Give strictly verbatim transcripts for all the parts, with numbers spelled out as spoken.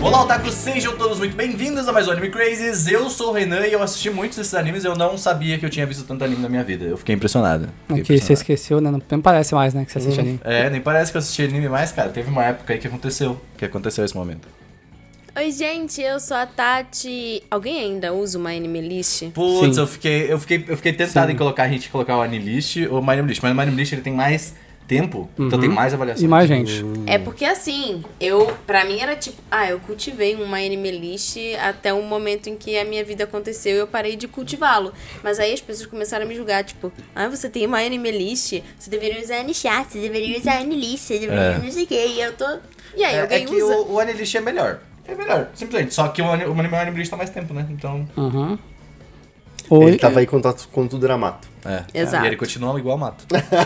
Olá, otakus, sejam todos muito bem-vindos a mais um Anime Crazes. Eu sou o Renan e eu assisti muitos desses animes. Eu não sabia que eu tinha visto tanto anime na minha vida. Eu fiquei impressionado. Fiquei Aqui você esqueceu, né? Não parece mais, né, que você assiste uhum. anime. É, nem parece que eu assisti anime mais, cara. Teve uma época aí que aconteceu, que aconteceu esse momento. Oi, gente, eu sou a Tati. Alguém ainda usa uma anime list? Putz, Sim. eu fiquei, eu fiquei, eu fiquei tentado Sim. em colocar a gente colocar o Anilist ou o My Anime List, mas o My Anime List ele tem mais tempo, Uhum. então tem mais avaliação. E mais gente. É porque assim, eu, pra mim era tipo, ah, eu cultivei uma anime list até um momento em que a minha vida aconteceu e eu parei de cultivá-lo. Mas aí as pessoas começaram a me julgar, tipo, ah, você tem uma anime list, você deveria usar Anichat, você deveria usar Anilist, você deveria É. não sei o que, e eu tô... E aí, É, alguém é que usa? o, o Anilist é melhor. É melhor, simplesmente. Só que o, Ani- o Anime List tá mais tempo, né? Então. Uhum. Oi, Ele tava aí quando, quando tudo era mato. É. Exato. E ele continua igual mato.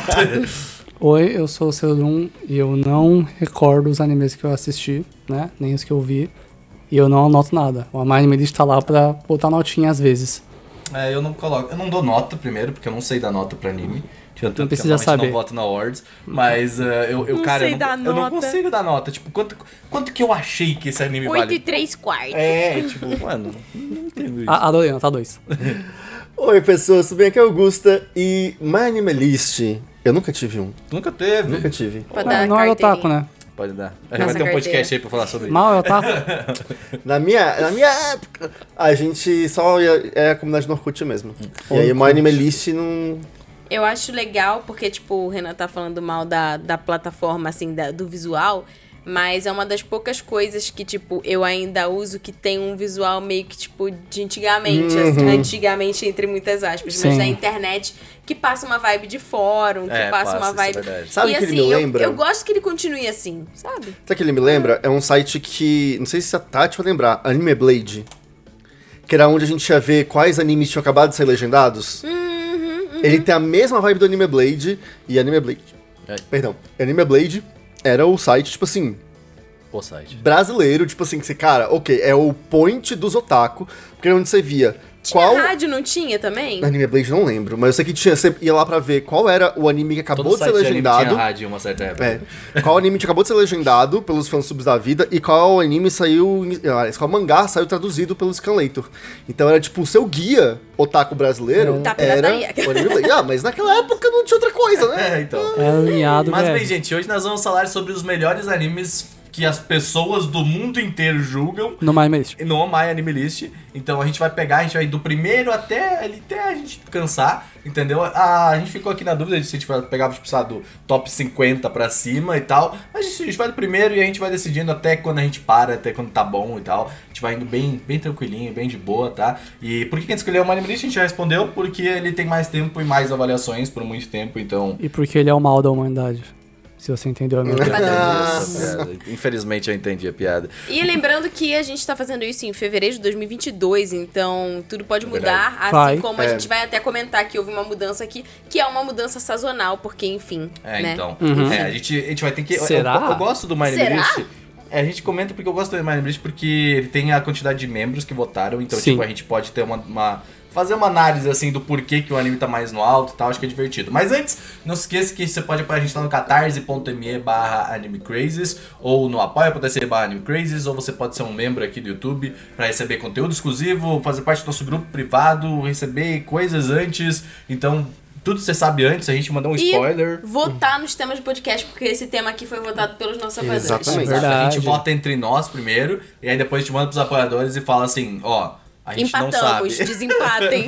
Oi, eu sou o Celum e eu não recordo os animes que eu assisti, né? Nem os que eu vi. E eu não anoto nada. O My Anime List tá lá pra botar notinha às vezes. É, eu não coloco. Eu não dou nota primeiro, porque eu não sei dar nota pra anime. Tanto Não que precisa eu normalmente saber. não voto na Awards. Mas uh, eu, eu Não cara, sei eu, dar não, eu não nota. consigo dar nota. Tipo, quanto, quanto que eu achei que esse anime Oito vale? e três quartos. É, tipo, mano, não entendo isso. A, adorei, nota dois. Oi, pessoas, tudo bem? Aqui é o Augusta e My Anime List. Eu nunca tive um. Nunca teve. Nunca tive. Pra Não, dar não é carteirinha. otaku, né? Pode dar. A gente Nossa, vai ter um podcast carteira. aí pra falar sobre isso. Mal é otaku? Na minha, na minha época, a gente só ia, é a comunidade do Orkut mesmo. E aí o My Anime List não... Eu acho legal porque, tipo, o Renan tá falando mal da, da plataforma, assim, da, do visual, mas é uma das poucas coisas que, tipo, eu ainda uso que tem um visual meio que, tipo, de antigamente, assim, antigamente, entre muitas aspas, mas Sim. da internet, que passa uma vibe de fórum, que É, passa, passa, uma isso é vibe... verdade. Sabe e o que ele assim, me eu- lembra? Eu, gosto que ele continue assim, sabe? Sabe o que ele me lembra? É um site que, não sei se a Tati vai lembrar, Anime Blade. Que era onde a gente ia ver quais animes tinham acabado de ser legendados. Ele tem a mesma vibe do Anime Blade, e Anime Blade... É. Perdão. Anime Blade era o site, tipo assim... O site. brasileiro, tipo assim, que você, cara, ok, é o point dos otaku, porque é onde você via Tinha qual... rádio, não tinha também? Anime Blade não lembro, mas eu sei que tinha, você ia lá pra ver qual era o anime que acabou Todo de ser site de anime legendado. tinha rádio em uma certa época. É, qual anime que acabou de ser legendado pelos fansubs da vida e qual anime saiu, ah, qual mangá saiu traduzido pelo Scanlator. Então era tipo o seu guia otaku brasileiro Tá era pirataria. o Anime Blade. Ah, mas naquela época não tinha outra coisa, né? É, então. É alinhado, Mas velho. bem, gente, hoje nós vamos falar sobre os melhores animes que as pessoas do mundo inteiro julgam No My Anime List. no My Anime List. Então a gente vai pegar, a gente vai do primeiro até, até a gente cansar, entendeu? A, a gente ficou aqui na dúvida de se a gente vai pegar, tipo, sabe, do top cinquenta pra cima e tal. Mas a gente, a gente vai do primeiro e a gente vai decidindo até quando a gente para, até quando tá bom e tal. A gente vai indo bem, bem tranquilinho, bem de boa, tá? E por que a gente escolheu o My Anime List? A gente já respondeu, porque ele tem mais tempo e mais avaliações por muito tempo, então... E porque ele é o mal da humanidade. Se você entendeu a minha piada. Essa piada. Infelizmente eu entendi a piada. E lembrando que a gente tá fazendo isso em fevereiro de dois mil e vinte e dois, então tudo pode mudar, assim Vai. como a É. gente vai até comentar que houve uma mudança aqui, que é uma mudança sazonal, porque enfim, É, né? então. Uhum. É, a, gente, a gente vai ter que. eu- Será? Eu, eu gosto do My Anime Será? List. É, a gente comenta porque eu gosto do My Anime List porque ele tem a quantidade de membros que votaram, então, Sim. tipo, a gente pode ter uma. uma- fazer uma análise, assim, do porquê que o anime tá mais no alto e tal, acho que é divertido. Mas antes, não se esqueça que você pode apoiar a gente lá no catarse.me barra animecrazes, ou no apoia.se barra animecrazes, ou você pode ser um membro aqui do YouTube pra receber conteúdo exclusivo, fazer parte do nosso grupo privado, receber coisas antes, então... Tudo você sabe antes, a gente mandou um E spoiler. votar nos temas de podcast, porque esse tema aqui foi votado pelos nossos apoiadores. Exatamente. Exato, a gente Verdade. vota entre nós primeiro, e aí depois a gente manda pros apoiadores e fala assim, ó, a gente não Empatamos, sabe. desempatem.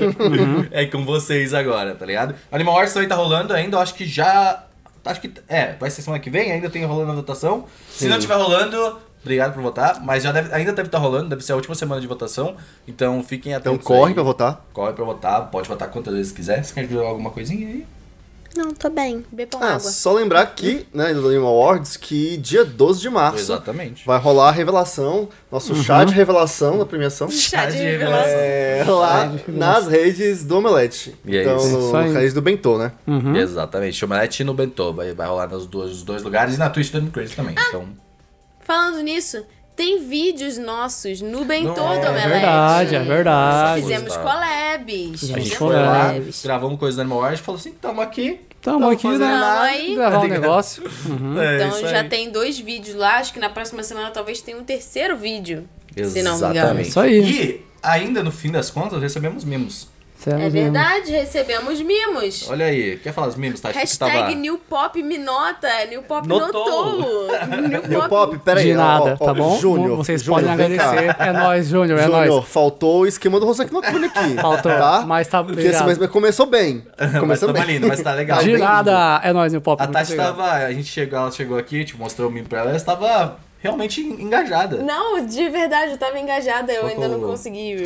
É com vocês agora, tá ligado? Animal Wars também tá rolando ainda, eu acho que já... Acho que, é, vai ser semana que vem, ainda tem rolando a votação. Se não tiver rolando, obrigado por votar, mas já deve, ainda deve estar rolando, deve ser a última semana de votação, então fiquem Então atentos corre aí. pra votar. Corre pra votar, pode votar quantas vezes quiser. Você quer jogar alguma coisinha aí? Não, tô bem. Bebam Ah, água. só lembrar aqui, né, do Anime Awards, que dia doze de março Exatamente. vai rolar a revelação, nosso chá de revelação da premiação. Chá de de revelação. É, lá nas redes do Omelete. E é então, isso. no, Isso aí. no rede do Bentô, né? Uhum. Exatamente. Omelete no Bentô. Vai, vai rolar nos dois, nos dois lugares e na Twitch do Anime Crazy também. Então, Falando nisso, tem vídeos nossos no Bentô Não, do é Omelete. verdade, é verdade. Fizemos Tá. collabs. a Fizemos gente Fizemos foi lá, collabs. gravamos coisas do Animal Wars e falou assim, tamo aqui, Tamo aqui, fazendo né? nada, aí. Gravar tá um ligado? negócio. Uhum. É, Então isso já aí. tem dois vídeos lá, acho que na próxima semana talvez tenha um terceiro vídeo. Se não me engano. Exatamente. Isso aí. E ainda no fim das contas recebemos mimos. Sério É mesmo. verdade, recebemos mimos. Olha aí, quer falar os mimos, tá? Hashtag Tava... New Pop me nota. New Pop Notou. notou. Meu pop, peraí. De ó, nada, ó, tá bom? Júnior, Vocês Júnior, podem vem cá. agradecer. É nóis, Júnior, é Júnior, nóis. faltou o esquema do Rosaki no Cune aqui. Faltou, tá? mas tá Porque obrigado. esse, mas começou bem. Mas Começou tava bem. lindo, mas tá legal. De Bem nada, é nóis, meu pop. A muito Tati obrigado. tava. A gente chegou, ela chegou aqui, te mostrou o mimo pra ela, ela estava realmente engajada. Não, de verdade, eu tava engajada, eu Qual ainda não rolou? consegui.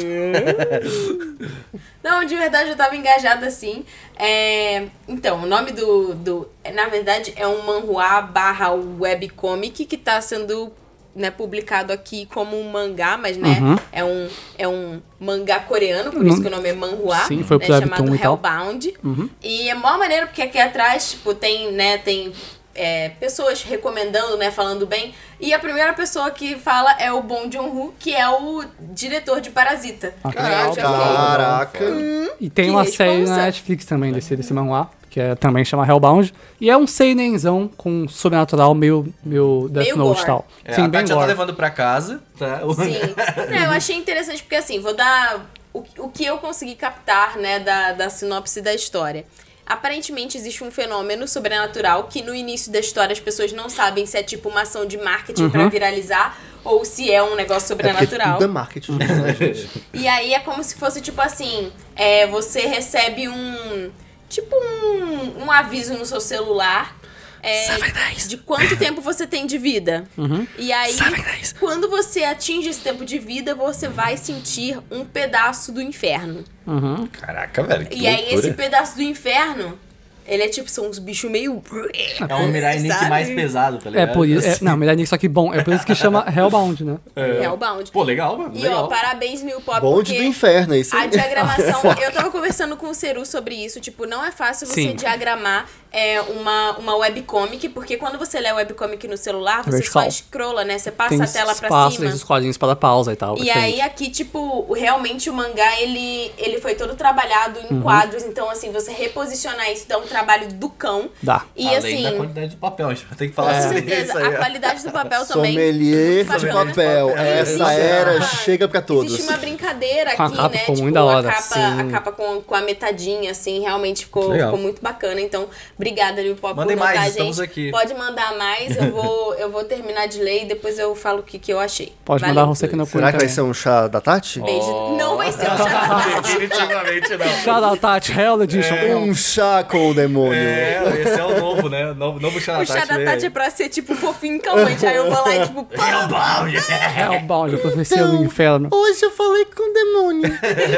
Não, de verdade, eu tava engajada assim. É... Então, o nome do, do. Na verdade, é um manhwa barra webcomic que tá sendo, né, publicado aqui como um mangá, mas né, Uhum. é, um, é um mangá coreano, por isso Não- que o nome é manhwa, Sim, foi né, pro chamado Webtoon e tal. Hellbound. Uhum. E é mó maneiro porque aqui atrás, tipo, tem, né, tem é, pessoas recomendando, né, falando bem. E a primeira pessoa que fala é o Bong Joon-ho, que é o diretor de Parasita. Ah, que Caraca, legal. Caraca. E tem Que uma série responsa. na Netflix também desse, desse manhwa, que é, também chama Hellbound. E é um seinenzão com sobrenatural meio, meio Death Meio Note e gore. tal. É, Sim, a bem Tati já tá gore. levando pra casa, tá? O- Sim. Não, eu achei interessante porque, assim, vou dar o, o que eu consegui captar, né, da, da sinopse da história. Aparentemente existe um fenômeno sobrenatural que no início da história as pessoas não sabem se é tipo uma ação de marketing pra viralizar ou se é um negócio É porque sobrenatural. tudo é marketing, né, gente? E aí é como se fosse tipo assim, é, você recebe um tipo um, um aviso no seu celular é, de quanto tempo você tem de vida. E aí, quando você atinge esse tempo de vida, você vai sentir um pedaço do inferno. Uhum. Caraca, velho. Que E aí loucura. esse pedaço do inferno, ele é tipo, são uns bichos meio... É um Mirai Nick Sabe? mais pesado, tá É ligado? por isso. É, não, melhor nisso, só que bom. É por isso que chama Hellbound, né? É. Hellbound. Pô, legal, mano. E legal. ó, parabéns, New Pop, Bonde porque do inferno, é isso a aí. diagramação... eu tava conversando com o Ceru sobre isso, tipo, não é fácil você Sim. diagramar é, uma, uma webcomic, porque quando você lê webcomic no celular, você Vertical. só scrolla, né? Você passa Tem a tela pra espaço, cima. tem os quadrinhos para pausa e tal. E diferente. aí aqui, tipo, o- realmente o mangá, ele, ele foi todo trabalhado em Uhum. quadros, então assim, você reposicionar isso dá um trabalho do cão. Dá. E Além assim, da qualidade do papel, a gente vai ter que falar com sobre certeza, isso aí. a ó. qualidade do papel também. Sommelier de Bacana. papel. Essa Existe era uma- chega pra todos. Existe uma brincadeira Com a aqui, capa né? ficou tipo, muito da hora. a capa, Sim. a capa com, com a metadinha, assim, realmente ficou, Legal. ficou muito bacana. Então, obrigada, Lil Pop, Mandem por notar, mais, gente. estamos aqui. Pode mandar mais, eu vou, eu vou terminar de ler e depois eu falo o que, que eu achei. Pode Valeu. mandar você que não Será que vai ser um chá da Tati? Beijo. Não vai ser o chá. Definitivamente não. Shout out, Tati, Hell Edition. Um chá com o demônio. É, esse é o novo, né? Novo, novo chá da O chá da né? Tati é pra ser, tipo, fofinho e calmante. Aí eu vou lá e, tipo, pá, Hellbound, a profecia do inferno. Hoje eu falei com o demônio.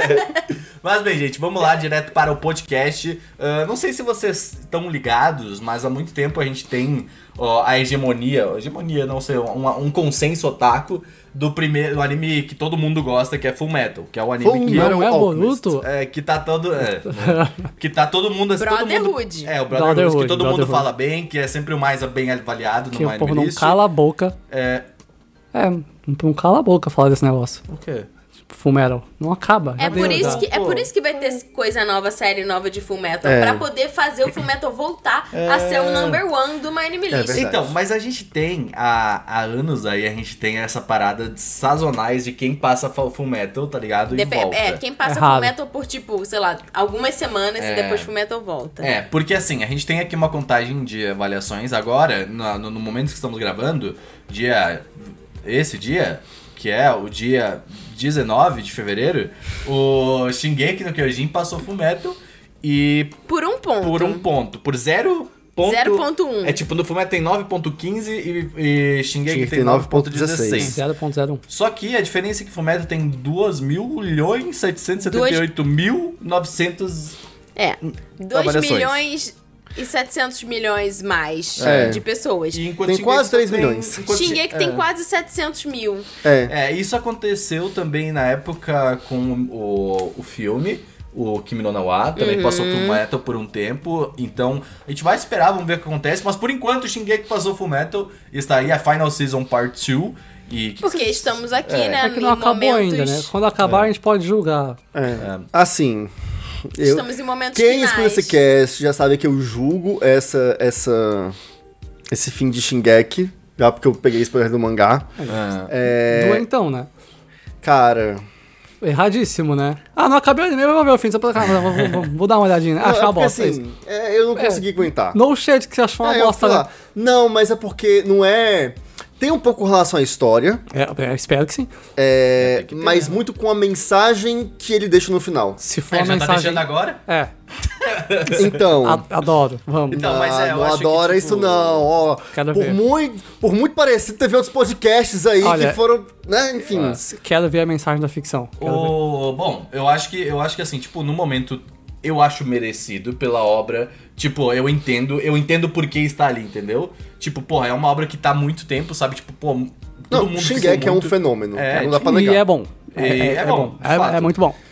Mas bem, gente, vamos lá direto para o podcast. Ah, não sei se vocês estão ligados, mas há muito tempo a gente tem ó, a hegemonia, hegemonia, não sei, um, um consenso otaku do primeiro do anime que todo mundo gosta, que é Full Metal, que é o anime Full que Metal Não é o Alchemist. Boruto? é, que tá todo é, né? que tá todo mundo todo mundo, Brotherhood. é o Brotherhood, Brotherhood, que todo mundo Brotherhood. fala bem, que é sempre o mais bem avaliado Que no o povo anime não list. cala a boca. É, É, não cala a boca falar desse negócio. o quê? Fullmetal. Não acaba. já É deu, por, já. isso que, é Pô. por isso que vai ter coisa nova, série nova de Fullmetal. É. Pra poder fazer o Fullmetal voltar a ser o number one do My Anime List. verdade. Então, mas a gente tem, há, há anos aí, a gente tem essa parada de sazonais de quem passa fu- Full Metal, tá ligado? E Dep- volta. é, quem passa É raro. Fullmetal por, tipo, sei lá, algumas semanas É. e depois Fullmetal volta. É, porque assim, a gente tem aqui uma contagem de avaliações agora, no, no- no momento que estamos gravando, dia. Esse dia, que é o dia dezenove de fevereiro, o Shingeki no Kyojin passou Full Metal e Por um ponto. por um ponto, por zero ponto... zero ponto um. É tipo, no Full Metal tem nove ponto quinze e, e Shingeki Shingeki tem tem nove ponto dezesseis. nove ponto dezesseis. zero ponto zero um. Só que a diferença é que Fullmetal tem dois milhões setecentos e setenta e oito mil e novecentos... É. dois Avaliações. milhões e setecentos milhões mais É. de pessoas. E enquanto Tem Shingeki quase só três tem- milhões. enquanto- Shingeki é. tem quase setecentos mil. É. É, isso aconteceu também na época com o, o filme, o Kimi no Na wa, também Uhum. passou Fullmetal por um tempo, então a gente vai esperar, vamos ver o que acontece, mas por enquanto o Shingeki passou Fullmetal e está aí a Final Season Part dois. E que Porque que vocês- estamos aqui, É. né? É que não em acabou momentos... ainda, né? Quando acabar, a gente pode julgar. É. Assim, Eu, Estamos em momentos quem finais. escuta esse cast já sabe que eu julgo essa, essa, esse fim de Shingeki, já porque eu peguei spoiler do mangá. É. É, Doa então, né? cara... Erradíssimo, né? Ah, não acabei o anime, eu vou ver o fim. Só pra... Calma, vou, vou, vou dar uma olhadinha, né? Não, Achar é uma porque, bosta. assim, é, eu não consegui aguentar. No shade que você achou uma É, eu bosta, fui né? lá. Não, mas é porque não é... Tem um pouco com relação à história, É, é, espero que sim. é, É, tem que ter, mas né? muito com a mensagem que ele deixa no final. Se for É, uma já tá mensagem... deixando agora? É, Então... a- adoro, vamos. Então, mas é, ah, eu não acho que, adora tipo, isso não, ó. Quero Por ver. muito, por muito parecido, teve outros podcasts aí Olha, que foram, né, enfim. Quero ver a mensagem da ficção. Quero ver. O... Bom, eu acho que eu acho que assim, tipo, no momento eu acho merecido pela obra. Tipo, eu entendo, eu entendo por que está ali, entendeu? Tipo, porra, é uma obra que tá há muito tempo, sabe? Tipo, pô, todo Não, mundo Shingeki ficou é um muito... fenômeno, É, não dá pra E negar. é bom. É, E é- é é bom, bom. de É, fato. é muito bom.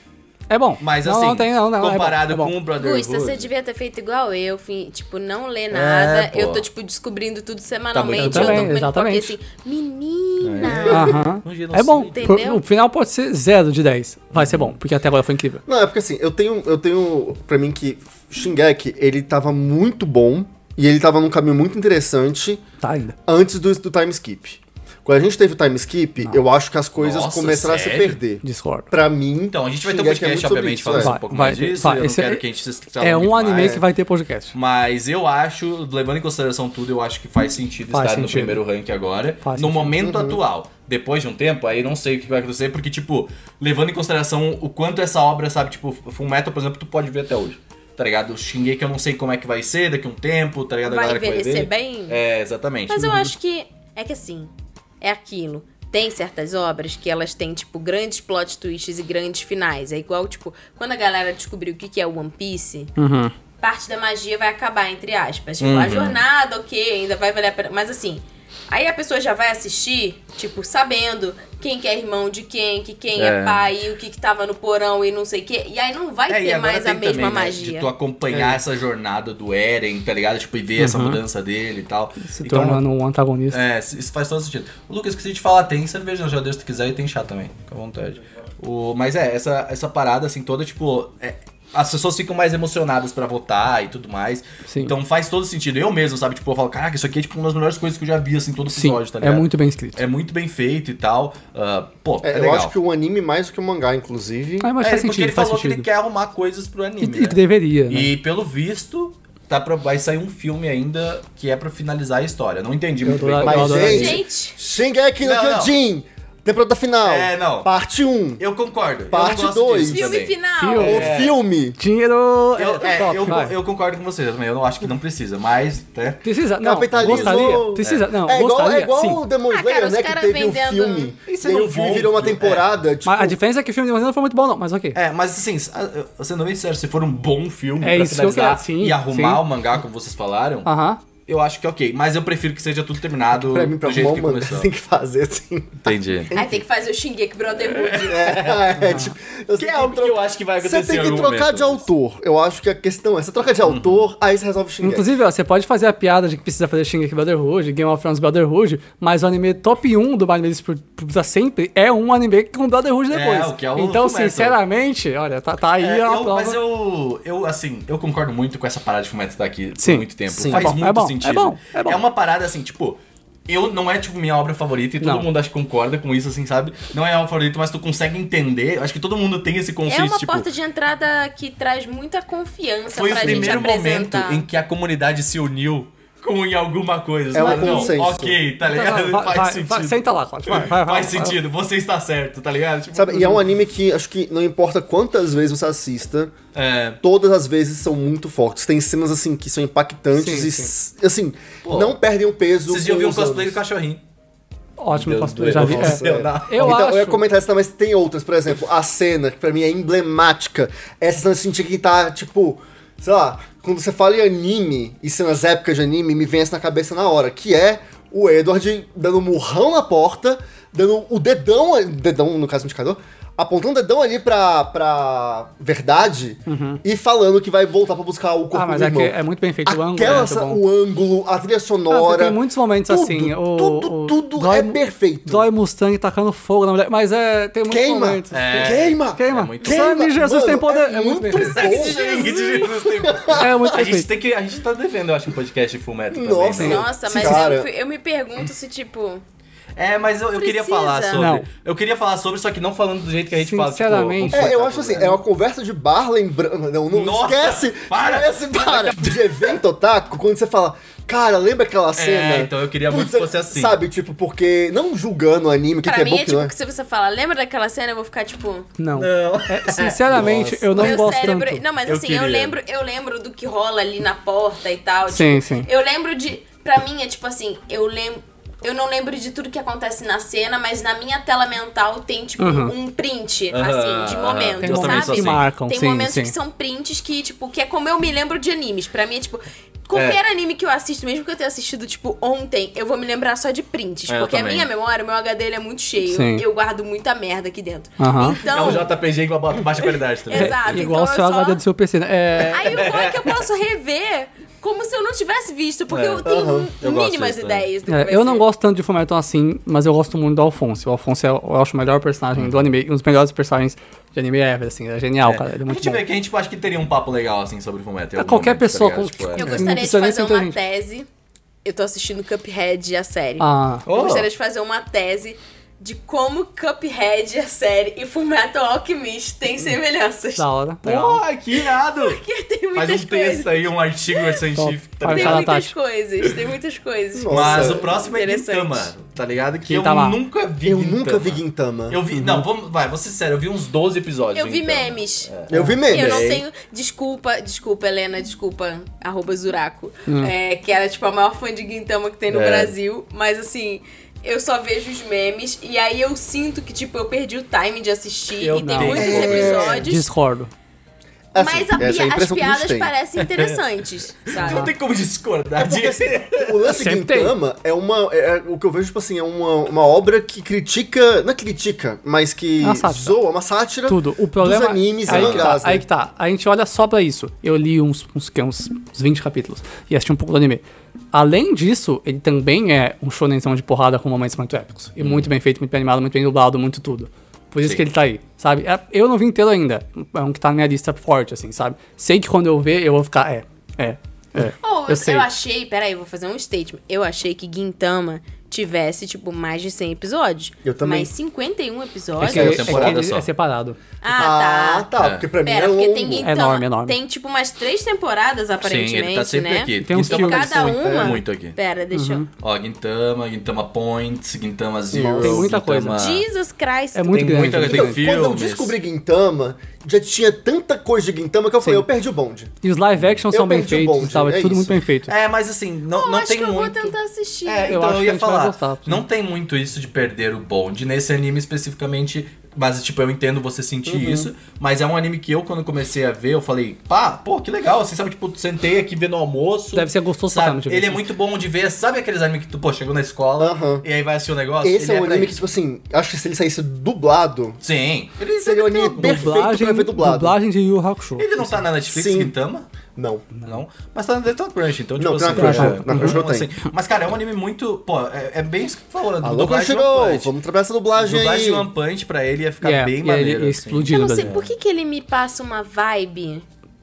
É bom. Mas não, assim, não tem, não, não, comparado é bom, é com bom. o Brotherhood... Gusta, você devia ter feito igual eu, fim, tipo, não ler nada. pô. eu tô, tipo, descobrindo tudo semanalmente. Tá muito eu bom. tô comendo Exatamente. porque assim, menina. Aham. Um dia não É bom. sei. Entendeu? O final pode ser zero de dez. Vai ser bom, porque até agora foi incrível. Não, é porque assim, eu tenho, eu tenho pra mim que Shingeki, ele tava muito bom e ele tava num caminho muito interessante Tá ainda. antes do, do time skip. Quando a gente teve o time skip, eu acho que as coisas Nossa, começaram a sério? se perder. Discordo. Pra mim, Então, a gente vai ter um Shingeki é podcast, muito sobre obviamente, isso, falando é. um pouco Vai, mais vai, disso. vai. Eu não Esse quero é- que a gente se É um anime mais. que vai ter podcast. Mas eu acho, levando em consideração tudo, eu acho que faz sentido Faz estar no sentido. primeiro rank agora. Faz no sentido. momento atual. Depois de um tempo, aí não sei o que vai acontecer, porque, tipo, levando em consideração o quanto essa obra, sabe, tipo, Fullmetal, por exemplo, tu pode ver até hoje. Tá ligado? O Shingeki eu não sei como é que vai ser daqui a um tempo, tá ligado? A Vai galera que vai envelhecer ver. bem? É, exatamente. Mas eu acho que é que assim, é aquilo. Tem certas obras que elas têm, tipo, grandes plot twists e grandes finais. É igual, tipo, quando a galera descobriu o que que é o One Piece, Uhum. parte da magia vai acabar, entre aspas. Tipo, Uhum. a jornada, ok, ainda vai valer a pena. Mas assim, aí a pessoa já vai assistir, tipo, sabendo quem que é irmão de quem, que quem é, É. pai, e o que que tava no porão e não sei o quê. E aí não vai É, e ter agora mais a tem mesma também, né, magia. de tu acompanhar É. essa jornada do Eren, tá ligado? Tipo, e ver essa mudança dele e tal. Se Então, tornando um antagonista. É, isso faz todo sentido. O Lucas, esqueci de falar, tem cerveja na geladeira se tu quiser e tem chá também, fica à vontade. O, mas é, essa, essa parada, assim, toda, tipo... é, as pessoas ficam mais emocionadas pra votar e tudo mais. Sim. Então faz todo sentido. Eu mesmo, sabe? Tipo, eu falo, caraca, isso aqui é tipo uma das melhores coisas que eu já vi, assim, todo Sim, episódio, tá é ligado? muito bem escrito. É muito bem feito e tal. Ah, pô, é, é, eu legal. acho que o anime mais do que o mangá, inclusive. Ah, mas É, faz porque sentido, ele faz falou que sentido. ele quer arrumar coisas pro E, anime, e né? deveria, né? E pelo visto, tá pra, vai sair um filme ainda que é pra finalizar a história. Não entendi Eu muito adoro- bem Mas, como eu é. adoraria. gente, Gente, Shingeki no Não, não. Kyojin, temporada final. É, não. Parte um. Eu concordo. Parte eu não gosto dois. disso filme também. final. Filme. O É. filme. Dinheiro Eu, é, é, top, eu, vai. eu concordo com você também. Eu não acho que não precisa, mas... Né? Precisa, não, Capitalismo. gostaria. Precisa, não, é igual, gostaria, é igual sim. o Demon Ah, Slayer, cara, os né? Que cara teve um vendendo- filme. Isso E aí não o filme volta, virou uma é. temporada. Tipo, Mas a diferença é que o filme de Demon não foi muito bom, não, mas ok. É, mas assim, sendo bem sincero, se for um bom filme É pra isso que eu finalizar quero, sim, e arrumar sim. o mangá, como vocês falaram, Aham. eu acho que é ok. Mas eu prefiro que seja tudo terminado pra mim, pra do jeito arrumar que o mangá, começou. tem que fazer assim. Entendi. Aí tem que fazer o Shingeki Brotherhood. É, é, tipo, eu Que sei é algo que tro- eu acho que vai acontecer Você tem em que algum trocar momento, de mas- autor. Eu acho que a questão é, você troca de autor, aí você resolve Shingeki. Inclusive, ó, você pode fazer a piada de que precisa fazer Shingeki Brotherhood, Game of Thrones Brotherhood, mas o anime top um do anime por, por, pra sempre é um anime com Brotherhood depois. É, o que é o então, Fullmetal. sinceramente, olha, tá, tá aí É, a eu- prova. mas eu, eu, assim, eu concordo muito com essa parada de Fullmetal estar aqui Sim. por muito tempo. Sim. Faz É bom, muito é bom, sentido. é bom, é bom. uma parada assim, tipo, eu não é tipo minha obra favorita e todo Não. mundo acho que concorda com isso, assim, sabe? Não é a obra favorita, mas tu consegue entender. Acho que todo mundo tem esse conceito, É uma tipo. porta de entrada que traz muita confiança Foi o pra gente primeiro momento apresentar. em que a comunidade se uniu com em alguma coisa. É um sabe? Não, consenso. ok, tá ligado? Vai, Faz vai, sentido. vai, senta lá, Cláudio. Vai, vai, vai, Faz vai. sentido, você está certo, tá ligado? Tipo, Sabe, e é um anime que acho que não importa quantas vezes você assista, é, todas as vezes são muito fortes. Tem cenas assim que são impactantes Sim, e sim. assim, Pô, não perdem o peso. vocês já com viram um os cosplay do anos. cachorrinho. Ótimo Meu cosplay, Deus, já vi. nossa. É. Eu não. Eu então, acho... eu ia comentar essa, mas tem outras. Por exemplo, a cena, que pra mim é emblemática. Essa cena assim, que tá, tipo, sei lá, quando você fala em anime e cenas épicas de anime, me vem essa na cabeça na hora, que é o Edward dando um murrão na porta, dando o dedão, dedão no caso do indicador, apontando o dedão ali pra, pra verdade uhum. e falando que vai voltar pra buscar o corpo ah, mas do é irmão. Que é muito bem feito o ângulo. Aquela, é bom. O ângulo, a trilha sonora. Ah, tem muitos momentos tudo, assim. O, tudo, o, tudo dói, é perfeito. Dói Mustang tacando fogo na mulher. Mas é, tem muitos queima, momentos. É, queima! Queima! É muito queima! Sangue de Jesus Mano, tem poder. É, é muito bem feito. Sangue de Jesus tem poder. É muito a bem gente feito. tem que A gente tá devendo, eu acho, um podcast de Fullmetal Nossa, também. Né? Nossa, mas cara. eu, eu me pergunto se, tipo... É, mas eu, eu queria falar sobre. Não. Eu queria falar sobre, só que não falando do jeito que a gente fala. Sinceramente. Tipo, É, eu acho assim, é uma conversa de bar lembrando. Não, não Nossa, esquece! para. Esquece, para! De evento otaku, quando você fala, cara, lembra aquela cena? É, então eu queria muito Putz, que fosse assim. Sabe, tipo, porque. Não julgando o anime, o que, Pra que é mim bom é que tipo não é. que se você fala, lembra daquela cena, eu vou ficar tipo... Não. Não. É, sinceramente, Nossa. eu não meu gosto cérebro... tanto. Não, mas Eu assim, eu, queria. lembro, eu lembro do que rola ali na porta e tal. Sim, tipo, sim. Eu lembro de... Pra mim é tipo assim, eu lembro... Eu não lembro de tudo que acontece na cena, mas na minha tela mental tem, tipo, Uhum. um print, Aham, assim, de aham. momentos, Tem Eu também momentos sou sabe? que assim. marcam, Tem sim, momentos sim. que são prints que, tipo, que é como eu me lembro de animes. Pra mim é, tipo... Qualquer É. anime que eu assisto, mesmo que eu tenha assistido, tipo, ontem, eu vou me lembrar só de prints. É, eu porque a também. minha memória, o meu H D, ele é muito cheio. Sim. Eu guardo muita merda aqui dentro. Aham. É Então... um J P G com a baixa qualidade também. Exato. Igual o então seu eu só- H D do seu P C, né? É, Aí o bom é que eu posso rever como se eu não tivesse visto, porque É. eu tenho Aham. Eu gosto mínimas disso também. ideias do que É, vai eu não ser. gosto tanto de Fullmetal assim, mas eu gosto muito do Alphonse. O Alphonse é, eu acho o melhor personagem do anime, um dos melhores personagens de anime ever, assim, é genial, É. cara, ele é A muito gente bom. vê que a gente acha que teria um papo legal, assim, sobre Fullmetal. em algum Qualquer momento, tá pessoa ligado? com- Tipo, é. Eu Não gostaria de precisa nem fazer ser uma inteligente. tese. Eu tô assistindo Cuphead, a série. Ah, Eu Oh. gostaria de fazer uma tese de como Cuphead, a série, e Fullmetal Alchemist têm semelhanças. da hora, legal. Pô, que irado! Porque tem Faz muitas um coisas. texto aí, um artigo científico, tá Fala, Tem ligado? fala, muitas Tati. coisas, tem muitas coisas. Nossa. Mas o próximo é Interessante. Gintama, tá ligado? Que Gintama. eu nunca vi Eu Gintama. nunca vi Gintama. Eu vi, não, vamos, vai, vou ser sério, eu vi uns doze episódios Eu de vi Gintama. memes. Eu vi meme. Eu não tenho. Desculpa, desculpa, Helena, desculpa, arroba Zuraco. É, que era tipo a maior fã de Gintama que tem no É. Brasil. Mas assim, eu só vejo os memes e aí eu sinto que, tipo, eu perdi o time de assistir Eu e tem não. muitos É. episódios. Discordo. Assim, Mas a essa é a pi- as impressão que a gente piadas tem. parecem interessantes, sabe? Não tem como discordar disso. O lance de Sempre tem. Gintama é uma. É, é- o que eu vejo, tipo assim, é uma, uma obra que critica. Não é critica, mas que É uma sátira. zoa, uma sátira Tudo. O problema dos animes e aí que tá, mangás. né? aí que tá. A gente olha só pra isso. Eu li uns, uns, que, uns, uns vinte capítulos e assisti um pouco do anime. Além disso, ele também é um shonenzão de porrada com momentos muito épicos. E muito bem feito, muito bem animado, muito bem dublado, muito tudo. Por isso Sim. que ele tá aí, sabe? É- Eu não vi inteiro ainda. É um que tá na minha lista forte, assim, sabe? Sei que quando eu ver, eu vou ficar, é, é, é. Oh, eu, eu sei. eu achei, peraí, eu vou fazer um statement. Eu achei que Gintama tivesse, tipo, mais de cem episódios. Eu também. Mas cinquenta e um É episódios? que, É é uma que temporada ele só. é separado. Ah, tá. tá, É. porque pra mim Pera, é porque longo. tem Gintama. Enorme, enorme. Tem, tipo, umas três temporadas, aparentemente, Sim, ele tá sempre né? aqui. Tem uns Gintama filmes. Cada muito, uma. muito aqui. Pera, deixa eu... Ó, Gintama, Gintama Point, Gintama Zero. Tem muita Gintama... coisa. Jesus Christ. É muito Tem grande. muita- muito tem grande. filme. Quando eu filmes. descobri Gintama, já tinha tanta coisa de Gintama que eu falei, Sim. eu perdi o bonde. E os live action Eu são bem perdi o feitos, bonde, sabe? é tudo isso. muito bem feito. É, mas assim, não, Eu não acho tem que eu muito... vou tentar assistir. É, Eu então acho eu que a ia gente vai falar, gostar, sim. não tem muito isso de perder o bonde nesse anime especificamente, mas tipo, eu entendo você sentir Uhum. isso, mas é um anime que eu, quando comecei a ver, eu falei, pá, pô, que legal, assim, sabe, tipo, sentei aqui vendo o almoço. Deve ser gostoso pra sabe? caramba de ver, Ele é sim. muito bom de ver, sabe aqueles animes que tu, pô, chegou na escola Aham. e aí vai assistir o negócio? Esse Ele é um pra anime que, isso. tipo assim, acho que se ele saísse dublado, Sim. Ele seria um anime tudo. perfeito Dublagem, pra ver dublado. dublagem de Yu Yu Hakusho. Ele não tá na Netflix, Sim. Gintama? Não. Não. Mas tá no Detona Crunch, então tipo Não, tem assim... na Crunchyroll, é, na Crunchyroll então, tem. assim, mas, cara, é um anime muito... Pô, é, é bem isso que tu falou. Alô, dublagem Crunchyroll, One Punch. vamos trabalhar essa dublagem Dublagem aí. de One Punch pra ele ia ficar É, bem e ele maneiro. ia assim. explodir. Eu não no sei desenho. por que, que ele me passa uma vibe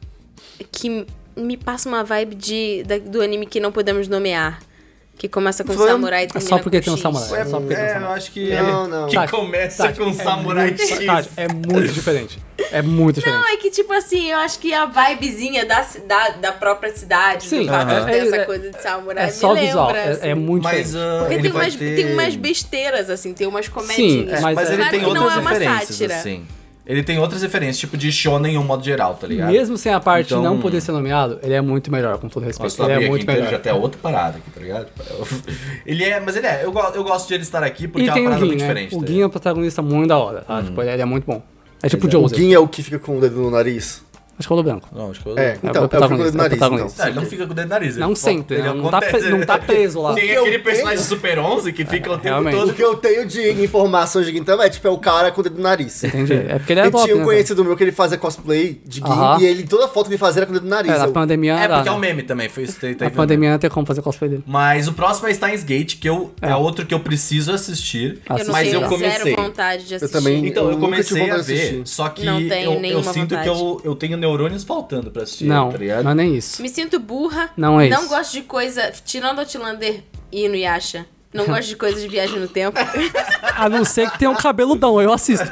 que me passa uma vibe de, da- do anime que não podemos nomear. Que começa com Foi- samurai e É termina só porque com tem um X. samurai. É só porque tem um É, eu samurai. acho que... Não, não. Que Tati, começa Tati, com é Samurai muito- X. Tati, é muito diferente. É muito diferente. Não, é que tipo assim, eu acho que a vibezinha da, ci- da, da própria cidade, Sim, do fato aham. de ter essa É- coisa de samurai, É só me lembra, visual, assim. é, é muito Mas diferente. ah, Porque ele tem vai umas, ter... tem umas besteiras, assim, tem umas Sim, comedinhas. É, mas mas é- ele Claro tem que não outras é uma referências, sátira. assim. Ele tem outras referências, tipo de shonen em um modo geral, tá ligado? Mesmo sem a parte Então- não poder ser nomeado, ele é muito melhor, com todo respeito. Nossa, ele é abri muito aqui, então ele melhor. já tem outra parada aqui, tá ligado? Ele é, mas ele é, eu, go- eu gosto de ele estar aqui porque E é uma tem o parada Gin, muito né? diferente. O tá Gin é um protagonista muito da hora, tá? Tipo, ele é muito bom. É tipo o O Joseph. Gin é o que fica com o dedo no nariz. Acho que é o branco. Não, acho que eu... É, o então, é o protagonista, do nariz, é o protagonista. então. Ah, ele não fica com o dedo no nariz. Não ele- sempre, ele né? Não tá acontece. pre- não tá preso lá. Tem O que eu aquele tenho- personagem do Super onze que fica o tempo Realmente. O todo... que eu tenho de informação de Gintama é, tipo, é o cara com o dedo no nariz. Entendi. É porque ele é Eu top, tinha um né, conhecido meu que ele fazia cosplay de Gin Aham. e ele, toda foto que ele fazia era com o dedo no nariz. É, na Eu- pandemia É, era, porque é um né? meme também, foi isso. Tem, tem Na pandemia não tem como fazer cosplay dele. Mas o próximo é Steins Gate, que eu, é. É. outro que eu preciso assistir. Ah, Eu não mas tenho eu comecei. zero vontade de assistir. também- Então, eu Eu nunca tive comecei a vontade de ver, assistir. só que Não tenho eu, eu nenhuma sinto vontade. que eu, eu tenho neurônios faltando pra assistir, Não, tá ligado? não é nem isso. Me sinto burra. Não é Não isso. gosto de coisa... Tirando o Outlander e Inuyasha. Não gosto de coisa de viagem no tempo. A não ser que tenha um cabeludão, eu assisto.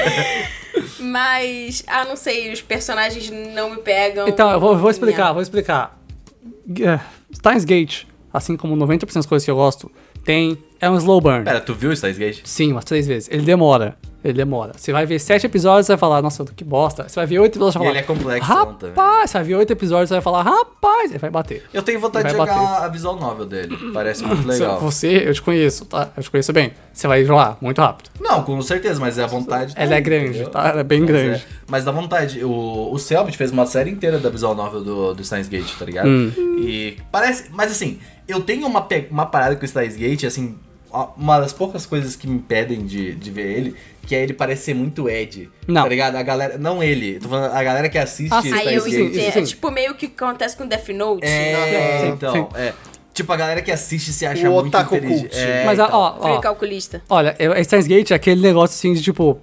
Mas... Ah, não sei. Os personagens não me pegam. Então, eu vou, eu vou explicar, vou explicar. É, Steins Gate, assim como noventa por cento das coisas que eu gosto, tem... É um slow burn. Pera, tu viu o Steins Gate? Sim, umas três vezes. Ele demora. Ele demora. Você vai ver sete episódios, você vai falar, nossa, que bosta. Você vai ver oito episódios, você vai E falar, ele é complexo também. rapaz, você vai ver oito episódios, você vai falar, rapaz, ele vai bater. Eu tenho vontade de Vai jogar bater. a visual novel dele. Parece muito Você- legal. Você, eu te conheço, tá? Eu te conheço bem. Você vai jogar muito rápido. Não, com certeza, mas é a vontade. Ela tá, é grande, entendeu? tá? Ela é bem Mas grande. é. Mas dá vontade. O, o Selbit fez uma série inteira da visual novel do, do Steins Gate, tá ligado? Hum. E parece. Mas assim, eu tenho uma, pe- uma parada com o Steins Gate, assim. Uma das poucas coisas que me impedem de, de ver ele, que é ele parecer muito Ed. Não. Tá ligado? A galera. Não ele, tô falando a galera que assiste Ah, sim. Aí eu Steins sim, Gate. entendo. sim. É tipo meio que acontece com Death Note. É, Sim, então, sim. é. Tipo, a galera que assiste se acha O muito otaku inteligente. cult. É, Mas, então. ó, Frio ó, calculista. olha, é- Steins Gate é aquele negócio assim de tipo.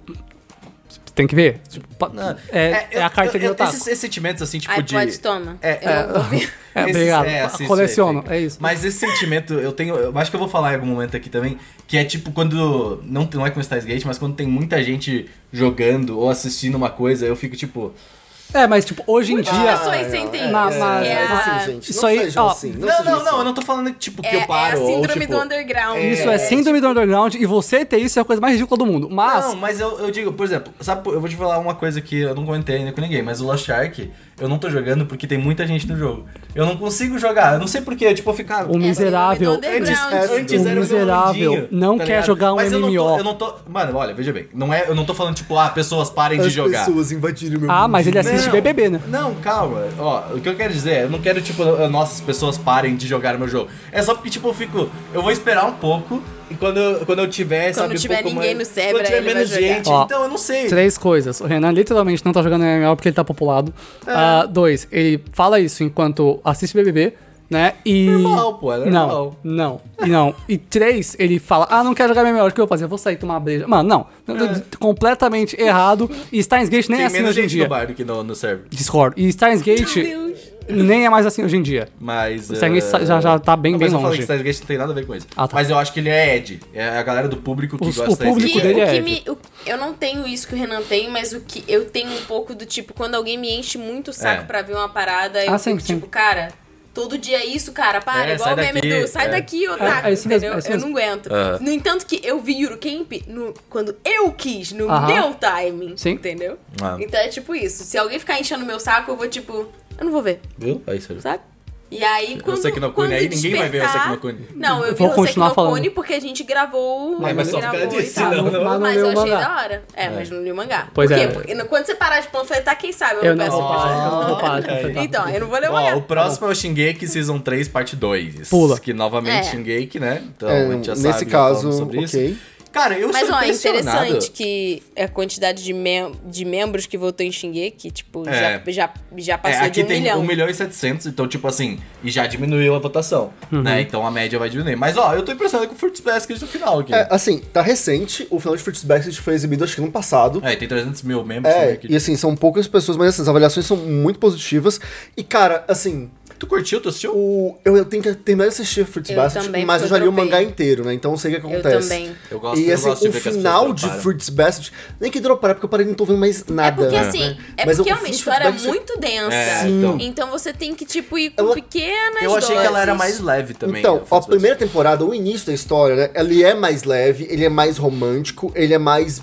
Tem que ver. Tipo, pa- Não, é, é eu- a carteirinha eu- do taco. esses, esses sentimentos, assim, tipo, de... iPod toma. É, Eu não vou ver. É, Esses- obrigado. assiste Coleciono, aí, fica. é isso. Mas esse sentimento, eu tenho. Eu acho que eu vou falar em algum momento aqui também. Que é tipo quando. Não, não é com Steins Gate, mas quando tem muita gente jogando ou assistindo uma coisa, eu fico tipo. É, mas tipo, hoje em Muitas dia. pessoas sentem é, isso. mas- mas- que é Mas a- assim, gente, Isso não aí, sejam ó, assim. Não, Não, sejam não, assim. não, eu não tô falando tipo que É, eu paro. é a ou, síndrome tipo, do underground. Isso é síndrome do underground e você ter isso é a coisa mais ridícula do mundo. Mas. Não, mas eu, eu digo, por exemplo, sabe, eu vou te falar uma coisa que eu não comentei ainda com ninguém, mas o Lost Ark, eu não tô jogando porque tem muita gente no jogo. Eu não consigo jogar, eu não sei porquê, tipo, eu fico... ah, O miserável. síndrome do Antes, underground. antes O era miserável violãozinho, não quer ligado? jogar um Mas eu não M M O. tô- Eu não tô, mano, olha, veja bem, não é, eu não tô falando tipo, ah, pessoas parem de As jogar. pessoas invadiram meu Ah, mas ele mundinho. assiste Não. B B B, né? Não, calma. Ó, o que eu quero dizer, é, eu não quero, tipo, nossas pessoas parem de jogar meu jogo. É só porque, tipo, eu fico. Eu vou esperar um pouco e quando eu, quando eu tiver, Quando sabe, tiver um pouco ninguém mais, no server, quando tiver ele vai menos jogar. gente. Ó, Então, eu não sei. Três coisas. O Renan literalmente não tá jogando M M O porque ele tá populado. Ah, dois, ele fala isso enquanto assiste B B B, né? E. Normal, pô, é normal. Não, não. E não. E três, ele fala, ah, não quero jogar M M O, o que eu vou fazer? Eu vou sair tomar uma breja. Mano, não. Completamente errado. E Steins Gate nem Tem é assim menos hoje em gente dia. no bar do que no, no server. Discord. E Steins Gate Deus. nem é mais assim hoje em dia. Mas. O Steins Gate eh, já, já tá bem, não, bem mas eu falei longe. que Steins Gate não tem nada a ver com isso. Ah, tá. Mas eu acho que ele é Ed. É a galera do público que Os- gosta o de Steins público Gate. Que- dele o é que Ed. me, o- eu não tenho isso que o Renan tem, mas o que eu tenho um pouco do tipo, quando alguém me enche muito o saco É. pra ver uma parada, eu Ah, sim, fico sim. tipo, cara, todo dia é isso, cara, para, É, igual sai o meme daqui, do sai é. daqui, otaku, É, é isso mesmo, entendeu? é isso eu mesmo. não aguento. Aham. No entanto que eu vi Eurocamp no, quando eu quis, no Aham. meu timing, Sim. entendeu? Ah. Então é tipo isso, se alguém ficar enchendo o meu saco, eu vou tipo, eu não vou ver, Viu? É isso aí. sabe? E aí, quando, Hoseki no quando Kuni, aí ninguém vai ver Hoseki despertar- no Kuni. Não, eu vi Vou o Hoseki continuar no falando. Kuni porque a gente gravou... Mas- mas só por causa gravou e disso, tal. não, não. Mas não Mas leu eu o achei mangá. da hora. É, mas não li o mangá. Pois Por quê? é. Porque quando você parar de panfletar, quem sabe eu Eu não não, peço eu pausa. não paro de panfletar. Então, eu não vou ler o Ó, mangá. o próximo é o Shingeki Season três, parte dois. Pula. Que novamente É. Shingeki, né? Então É, a gente já nesse sabe, já falamos caso, sobre ok. isso. Cara, eu Mas, sou ó, é impressionado. interessante que a quantidade de, mem de membros que votou em Shingeki, tipo, É. já, já, já É, passou de aqui um tem milhão. um milhão e setecentos, então, tipo assim, e já diminuiu a votação, Uhum. né? Então a média vai diminuir. Mas, ó, eu tô impressionado com o Fruits Basket no final aqui. É, assim, tá recente. O final de Fruits Basket foi exibido, acho que no passado. É, tem trezentos mil membros também É, aqui. e assim, são poucas pessoas, mas assim, as avaliações são muito positivas. E, cara, assim, Tu curtiu? Tu assistiu? o, eu, eu tenho que terminar de assistir Fruits Eu Basket, também, mas eu porque já eu li o dropei. mangá inteiro, né? Então eu sei o que Eu acontece. também. Eu gosto, E eu assim, gosto de o ver que as final pessoas de droparam. Fruits Basket, nem que droparam, porque eu parei e não tô vendo mais É nada. porque, né? assim, é Mas porque o é uma fim de história Fruits Basket- muito densa. É, Sim. então. Então você tem que, tipo, ir com Ela- pequenas Eu achei que ela era doses. mais leve também. Então, né, a Fruits primeira temporada, o início da história, né? Ele é mais leve, ele é mais romântico, ele é mais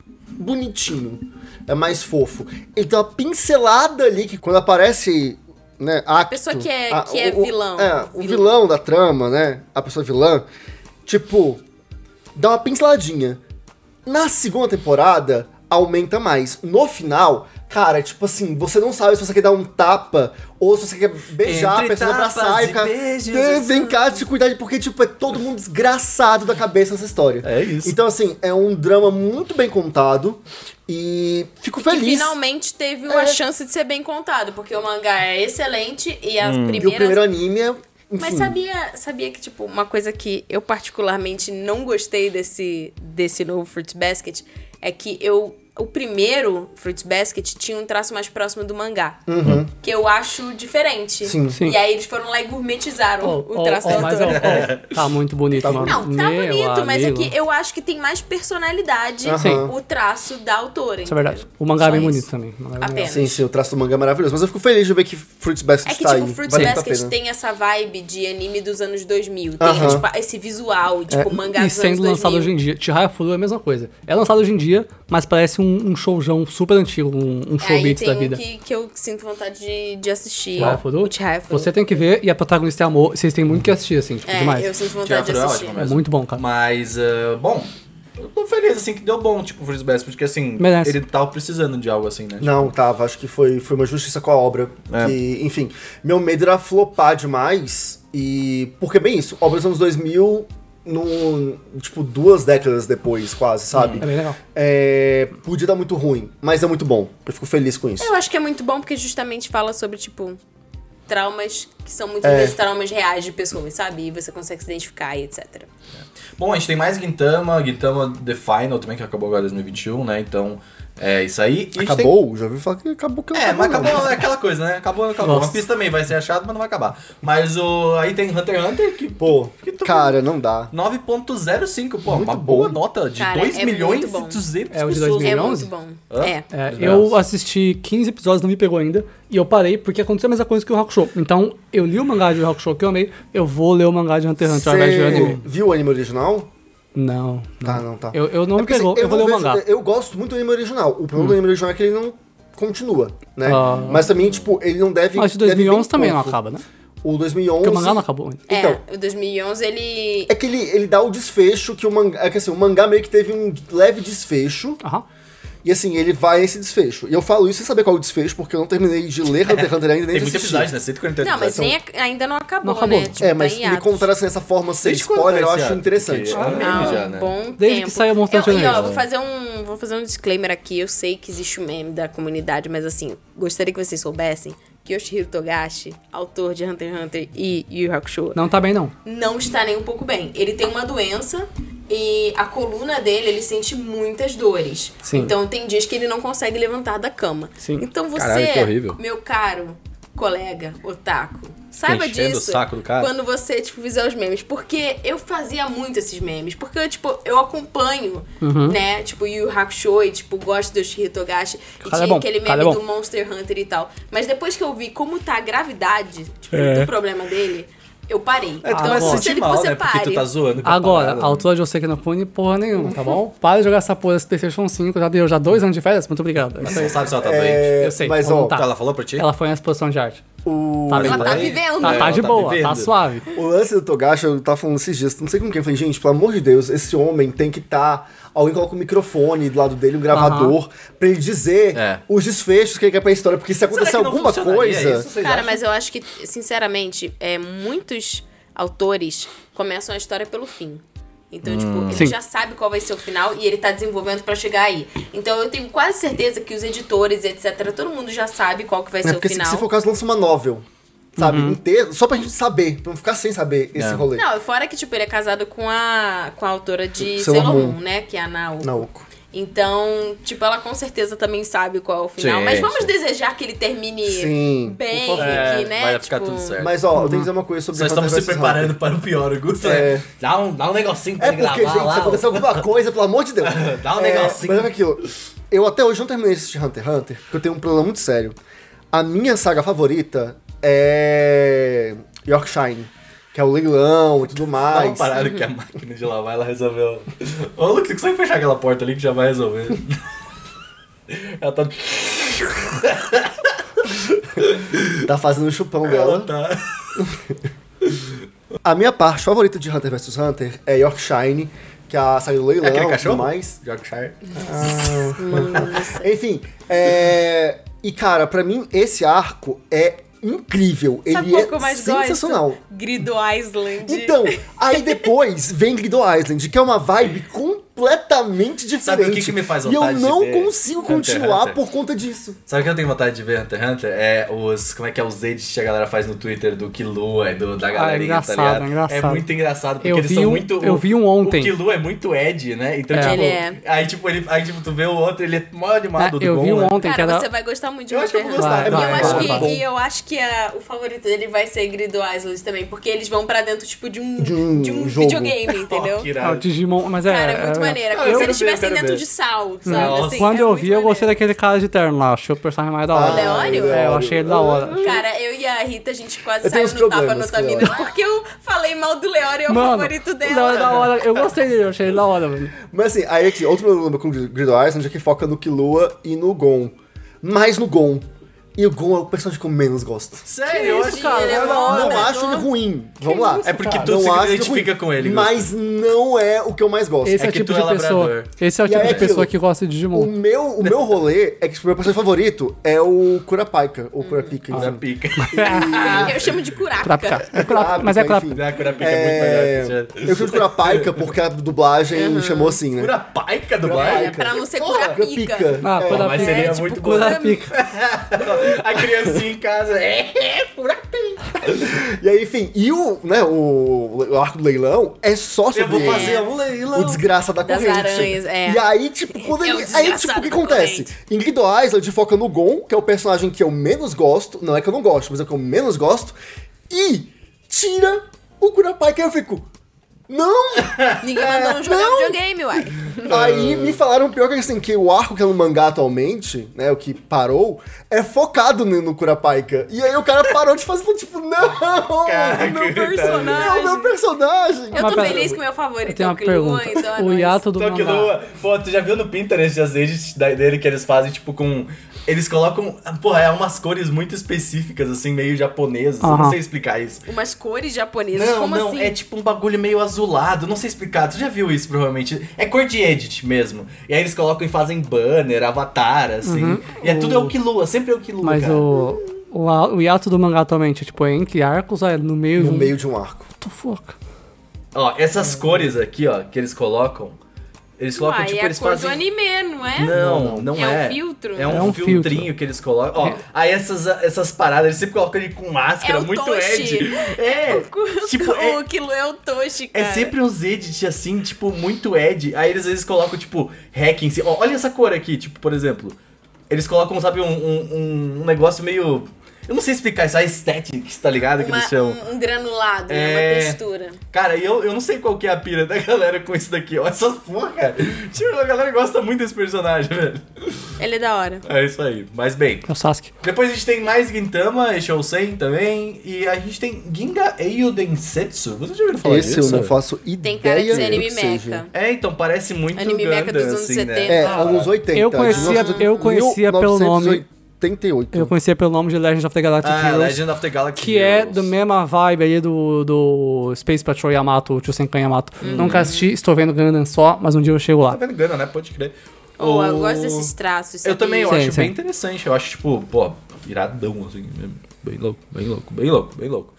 bonitinho, é mais fofo. Ele tem uma pincelada ali que quando aparece, né, a pessoa que é- que é vilão. É, o Vilão. vilão da trama, né? A pessoa vilã, tipo, dá uma pinceladinha. Na segunda temporada, aumenta mais. No final, Cara, tipo assim, você não sabe se você quer dar um tapa ou se você quer beijar, Entre a pessoa tapas abraçar e e ficar. beijos, "Vem, vem cá, te cuidar, porque, tipo, é todo mundo desgraçado da cabeça nessa história. É isso. Então, assim, é um drama muito bem contado e fico Que feliz. finalmente teve É. a chance de ser bem contado, porque o mangá é excelente e as E o primeiras... primeiro anime é. Enfim, Mas sabia, sabia que, tipo, uma coisa que eu particularmente não gostei desse, desse novo Fruits Basket é que eu... O primeiro Fruits Basket tinha um traço mais próximo do mangá. Que eu acho diferente. Sim. Sim. E aí eles foram lá e gourmetizaram Oh, o oh, traço oh, da mas, autora. oh, oh, tá muito bonito, Tá mano. Não, tá Meu bonito, mas é amigo. que eu acho que tem mais personalidade Aham. o traço da autora. Isso é verdade. entendeu? O mangá é Só bem isso. bonito também. O mangá é bem legal. Apenas. Sim, sim, o traço do mangá é maravilhoso. Mas eu fico feliz de ver que Fruits Basket É que, tá tipo, aí. Fruits Vale muito a Basket pena. tem essa vibe de anime dos anos dois mil. Tem, Aham. tipo, esse visual, tipo, É, mangá e dos anos sendo lançado dois mil. hoje em dia. Chihaya Furu é a mesma coisa. É lançado hoje em dia, mas parece um, um showzão super antigo, um, um show Aí beats tem da um vida. que, que eu sinto vontade de, de assistir. Chihaya Furu? O Chihaya Furu. Você tem que ver, e a protagonista é amor. Vocês têm muito que assistir, assim, tipo, É, demais. eu sinto Chihaya vontade de Furu é assistir. ótimo É mesmo. muito bom, cara. Mas, uh, bom, eu tô feliz, assim, que deu bom, tipo, o Fruits Basket, porque, assim, Merece. ele tava precisando de algo assim, né? Não, tava. Acho que foi, foi uma justiça com a obra. É. Que, enfim, meu medo era flopar demais. E. Porque, bem isso, obra dos anos dois mil, no, tipo, duas décadas depois, quase, sabe? É bem legal. É, podia dar muito ruim, mas é muito bom. Eu fico feliz com isso. Eu acho que é muito bom porque justamente fala sobre, tipo, traumas que são muitas É. vezes traumas reais de pessoas, sabe? E você consegue se identificar e etcétera. Bom, a gente tem mais Gintama, Gintama The Final também, que acabou agora em dois mil e vinte e um, né? Então, é isso aí. E a gente tem- Acabou? Já ouvi falar que acabou que não É, mas não. acabou é aquela coisa, né? Acabou, acabou. Nossa. One Piece também vai ser achado, mas não vai acabar. Mas o aí tem Hunter x Hunter que, Pô, que tu- cara, não dá. nove ponto zero cinco, pô, Muito uma bom. boa nota de Cara, dois é milhões muito bom. e duzentas É o de pessoas. dois mil e É onze? muito bom. Hã? É. É, Os eu braços. assisti quinze episódios, não me pegou ainda. E eu parei porque aconteceu a mesma coisa que o Hakusho. Então, eu li o mangá de Hakusho que eu amei. Eu vou ler o mangá de Hunter x Hunter ao invés de ver o Você anime. viu o anime original? Não, não. Tá, não, tá. Eu, eu não É me porque, assim, pegou, eu, vou não ler o vejo- mangá. Eu gosto muito do anime original. O problema do anime original é que ele não continua, né? Ah. Mas também, tipo, ele não deve... Mas de deve dois mil e onze bem também não pouco. acaba, né? O dois mil e onze... Porque o mangá não acabou ainda. Então, É, o dois mil e onze ele... é que ele, ele dá o desfecho que o mangá... É que assim, o mangá meio que teve um leve desfecho. Aham. E assim, ele vai a esse desfecho. E eu falo isso sem saber qual é o desfecho, porque eu não terminei de ler Hunter x Hunter ainda, nem Tem de muito assistir. episódio, né? cento e quarenta e oito Não, mas episódios. nem, ainda não acabou, Não acabou. né? Tipo, É, mas tá em me atos. contar assim dessa forma sem Desde quando spoiler, eu tá esse acho ato? interessante. Porque- Há Meme um já, né? bom Desde tempo. que saiu o Monster eu, Hunter e, ó, Race. vou fazer um Vou fazer um disclaimer aqui. Eu sei que existe um meme da comunidade, mas assim, gostaria que vocês soubessem que Yoshihiro Togashi, autor de Hunter x Hunter e Yu Yu Hakusho, Não tá bem, não. não está nem um pouco bem. Ele tem uma doença e a coluna dele, ele sente muitas dores. Sim. Então tem dias que ele não consegue levantar da cama. Sim. Então você, Caralho, que horrível. meu caro colega otaku, saiba enchendo disso o saco do cara. quando você, tipo, fizer os memes. Porque eu fazia muito esses memes. Porque, eu, tipo, eu acompanho, Uhum. né? Tipo, Yu Yu Hakusho e, tipo, gosto do Yoshihiro Togashi. E Cara, é tinha bom, aquele cara, meme é bom. do Monster Hunter e tal. Mas depois que eu vi como tá a gravidade, tipo, É. do problema dele, eu parei. É, tu Ah, começa a agora. se sentir mal, né? Porque tu tá zoando com a Agora, parada, a altura de você que não pune porra nenhuma, tá bom? Para de jogar essa porra desse PlayStation cinco, já deu já dois anos de férias, muito obrigado. É Mas isso você aí. não sabe se ela tá É, doente. Eu sei, mas, ela ó, não tá. Ela falou pra ti? Ela foi na exposição de arte. O... Tá bem, Ela tá tá bem. vivendo. Tá, É, tá ela de tá boa, vivendo. tá suave. O lance do Togashi, eu tava falando esses dias, não sei com quem, eu falei, gente, pelo amor de Deus, esse homem tem que estar... Alguém coloca um microfone do lado dele, um gravador, pra ele dizer É. os desfechos que ele quer pra história, porque se Será acontecer que não alguma funcionaria coisa... isso, vocês Cara, acham? mas eu acho que, sinceramente, é, muitos autores começam a história pelo fim. Então, tipo, ele Sim. já sabe qual vai ser o final e ele tá desenvolvendo pra chegar aí. Então, eu tenho quase certeza que os editores, etcétera, todo mundo já sabe qual que vai É, ser o porque se, final. se for o caso, lança uma novel, sabe, inteira, só pra gente saber, pra não ficar sem saber esse É. rolê. Não, fora que, tipo, ele é casado com a, com a autora de Sailor Sailor Moon. Moon, né? Que é a Naoko. Naoko. Então, tipo, ela com certeza também sabe qual é o final. Sim, Mas vamos sim. desejar que ele termine Sim, bem, por favor. que, É, né? vai ficar tipo, tudo certo. Mas, ó, eu tenho que dizer uma coisa sobre Só estamos se Hunter versus preparando Hunter. para o pior, Augusto. É. Né? Dá, um, dá um negocinho pra É ele porque, gravar gente, lá. se acontecer alguma coisa, pelo amor de Deus. Dá um É, negocinho. Mas é aquilo. Eu até hoje não terminei esse Hunter x Hunter, porque eu tenho um problema muito sério. A minha saga favorita é Yorkshire, que é o leilão e tudo Dá mais. uma parada que a máquina de lavar, ela resolveu... Ô, Lucas, você consegue fechar aquela porta ali que já vai resolver? Ela tá... Tá fazendo o chupão Ela dela. tá... A minha parte favorita de Hunter versus Hunter é Yorkshire, que é a saída do leilão É aquele e cachorro? tudo mais. Yorkshire. Enfim, é... E, cara, pra mim, esse arco é incrível. Sabe Ele qual é que eu mais sensacional. gosto? Grido Island. Então, aí depois vem Grido Island, que é uma vibe completamente diferente. Sabe o que que me faz E eu vontade de não ver consigo Hunter x continuar Hunter? por conta disso. Sabe o que eu tenho vontade de ver Hunter x Hunter? É os. Como é que é os edits que a galera faz no Twitter do Killua e do, da galerinha, engraçado, tá ligado? é engraçado. É muito engraçado, porque Eu eles vi são um- muito. eu vi um ontem. O Killua é muito Ed, né? Então, É. tipo. Ele é. Aí, tipo, ele, aí, tipo, tu vê o outro, ele é mó animado do eu Gon, vi um né? ontem que Cara, era... você vai gostar muito de Eu acho que eu Hunter vou x gostar. Hunter. Vai, E eu vai, acho vai, que, vai. e eu acho que a- o favorito dele vai ser Grido Island também, porque eles vão pra dentro, tipo, de um, De um de um jogo. videogame, entendeu? Oh, que Ah, o irado. Digimon, mas é... Cara, é muito é- maneiro. É Ah, como eu se quero eles ver, eu estivessem quero dentro ver. de sal, sabe? Nossa. Assim, Quando é eu muito vi, eu gostei maneiro. daquele cara de terno lá. Achei o personagem mais da Ah, hora. Leônio? É, eu achei ele da hora. Cara, eu e a Rita, a gente quase Eu tenho saiu uns no tapa no problemas com Tamina, ela. porque eu falei mal do Leório, é o Mano, favorito o dela. Leônio é da hora. Eu gostei dele, eu achei ele da hora, mano. Mas assim, aí aqui, outro problema com Grido Island é que foca no Killua e no Gon. Mais no Gon. E o Gon é o personagem que eu menos gosto. Sério, eu acho. cara? Ele é Não, mó Não medonho. acho ele ruim. Vamos lá. É porque cara? tu Não se acho ele identifica ruim, com ele. Mas não é o que eu mais gosto. Esse é, É o que tipo tu é de pessoa. labrador. Esse é o E tipo aí de aquilo, pessoa que gosta de O Digimon. meu, o meu rolê é que o meu personagem favorito é o Kurapika, ou Kurapika, Da enfim. pica. Eu chamo de Kurapika. Kurapika. É Kurapika, mas é Kurapika, Kurapika. Da Curapica É, é muito melhor. eu chamo de Kurapika porque a dublagem chamou assim, né? Curapaica do É, bairro? pra não ser Porra, Kurapika. Ah, É, Kurapika. mas seria É, tipo, muito bom. Kurapika. A criancinha em casa. É, Curapica. E aí, enfim, e o, né, o, o arco do leilão é só Eu sobre vou fazer ele. um leilão. O desgraça da Das corrente. aranhas, é. E aí, tipo, quando É o ele. Aí, desgraçado tipo, o que da acontece? corrente. Em Grido Island foca no Gon, que é o personagem que eu menos gosto. Não é que eu não gosto, mas é o que eu menos gosto. E tira o Kurapika que eu fico. Não! Ninguém mandou não jogar Não. videogame, uai. Aí me falaram pior que assim, que o arco que é no mangá atualmente, né, o que parou, é focado no, no Kurapika. E aí o cara parou de fazer, tipo, não! Caraca, Meu É o personagem. meu personagem! Eu Mas tô pera- feliz que o meu Eu favorito é tenho o uma Killua, pergunta. então é O nóis. hiato do Então, que mangá. Lua, pô, tu já viu no Pinterest as edits da- dele que eles fazem, tipo, com... Eles colocam, porra, é umas cores muito específicas, assim, meio japonesas. Eu Aham. não sei explicar isso. Umas cores japonesas, Não, como não, assim? é tipo um bagulho meio azulado, não sei explicar. Tu já viu isso, provavelmente. É cor de edit mesmo. E aí eles colocam e fazem banner, avatar, assim. E é tudo é o Killua, sempre é o Killua, Mas cara. o, o, a- o hiato do mangá atualmente, tipo, é entre arcos ou é no meio de No um... meio de um arco. What the fuck? Ó, essas cores aqui, ó, que eles colocam... Eles colocam, Uai, tipo, é a eles cor fazem... do anime, não é? Não, não É um é. filtro? É um, É um filtrinho filtro. que eles colocam. Ó, É. aí essas, essas paradas, eles sempre colocam ele com máscara, É o muito Toshi. Ed. É, tipo, é, O Killua é o Toshi, é cara. sempre uns edits assim, tipo, muito Ed. Aí eles às vezes colocam, tipo, hack em si. Ó, olha essa cor aqui, tipo, por exemplo. Eles colocam, sabe, um, um, um negócio meio... Eu não sei explicar isso, a aesthetics, tá ligado? Que Uma- eles chamam. um, um granulado, né? É. Uma textura. Cara, e eu, eu não sei qual que é a pira da galera com isso daqui. Olha essa porra, cara. Tipo, a galera gosta muito desse personagem, velho. Ele é da hora. É isso aí. Mas bem, É o Sasuke. depois a gente tem mais Gintama e Shousen também. E a gente tem Ginga Eio Densetsu. Vocês já ouviram falar Esse disso? eu não faço ideia Tem cara de ser do anime que seja. mecha. É, então, parece muito Anime mecha Gundam, dos anos assim, setenta. né? É, anos oitenta. Eu de conhecia- eu conhecia pelo nome- mil novecentos e oitenta e oito. Eu conhecia pelo nome de Legend of the Galactic Ah, Heroes, Legend of the Galaxy que é Heroes. do mesma vibe ali do, do Space Patrol Yamato, o Chusenkan Yamato. Uhum. Nunca assisti, estou vendo Gundam só, mas um dia eu chego lá. Tá vendo Gundam, né? Pode crer. Oh, eu O- gosto desses traços. Eu sabia? também, eu Sim, acho sim. bem interessante. Eu acho, tipo, pô, iradão, assim, mesmo. Bem louco, bem louco, bem louco, bem louco.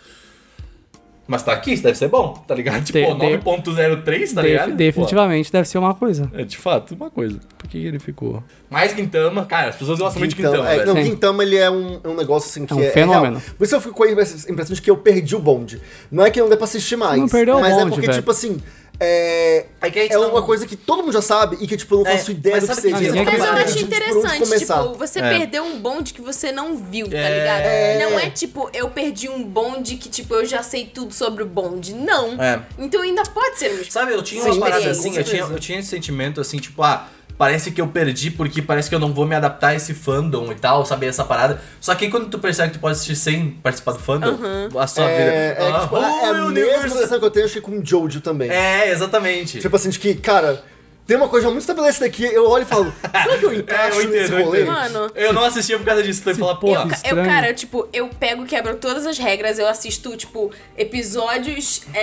Mas tá aqui, isso deve ser bom, tá ligado? Tipo, De- de- nove ponto zero três, tá Def- ligado? definitivamente deve ser uma coisa. Pô, é, de fato, uma coisa. Por que ele ficou? Mais Gintama, cara, as pessoas gostam muito de Gintama, Gintama, é, velho. não, Sim. Gintama ele é um, é um negócio assim que É um é, é fenômeno. real. Por isso eu fico com a impressão de que eu perdi o bonde. Não é que não dê pra assistir mais. Não perdeu o mas é bonde, porque, velho. tipo assim. É, É que a gente é não- uma coisa que todo mundo já sabe e que, tipo, eu não É, faço ideia mas do que sabe que seja. ninguém Mas eu sabe, acho tipo, por onde interessante, começar. tipo, você É. perdeu um bonde que você não viu, tá É. ligado? Não é tipo, eu perdi um bonde que, tipo, eu já sei tudo sobre o bonde. Não. É. Então ainda pode ser uma Sabe, eu tinha Sim, umas paradas experiência. assim, eu tinha, eu tinha esse sentimento assim, tipo, ah, parece que eu perdi porque parece que eu não vou me adaptar a esse fandom e tal, saber essa parada. Só que aí quando tu percebe que tu pode assistir sem participar do fandom, a sua É, vida... é, Ah, tipo, é a oh, mesma universo- sensação que eu tenho, acho que com o Jojo também. É, exatamente. Tipo assim, de que, cara, tem uma coisa muito estabelecida aqui, eu olho e falo, será que eu É, encaixo eu entendo, nesse eu rolê? entendo. Mano. Eu não assistia por causa disso, tu ia falar, pô, Eu, ca- eu, estranho. cara, tipo, eu pego, quebro todas as regras, eu assisto, tipo, episódios é,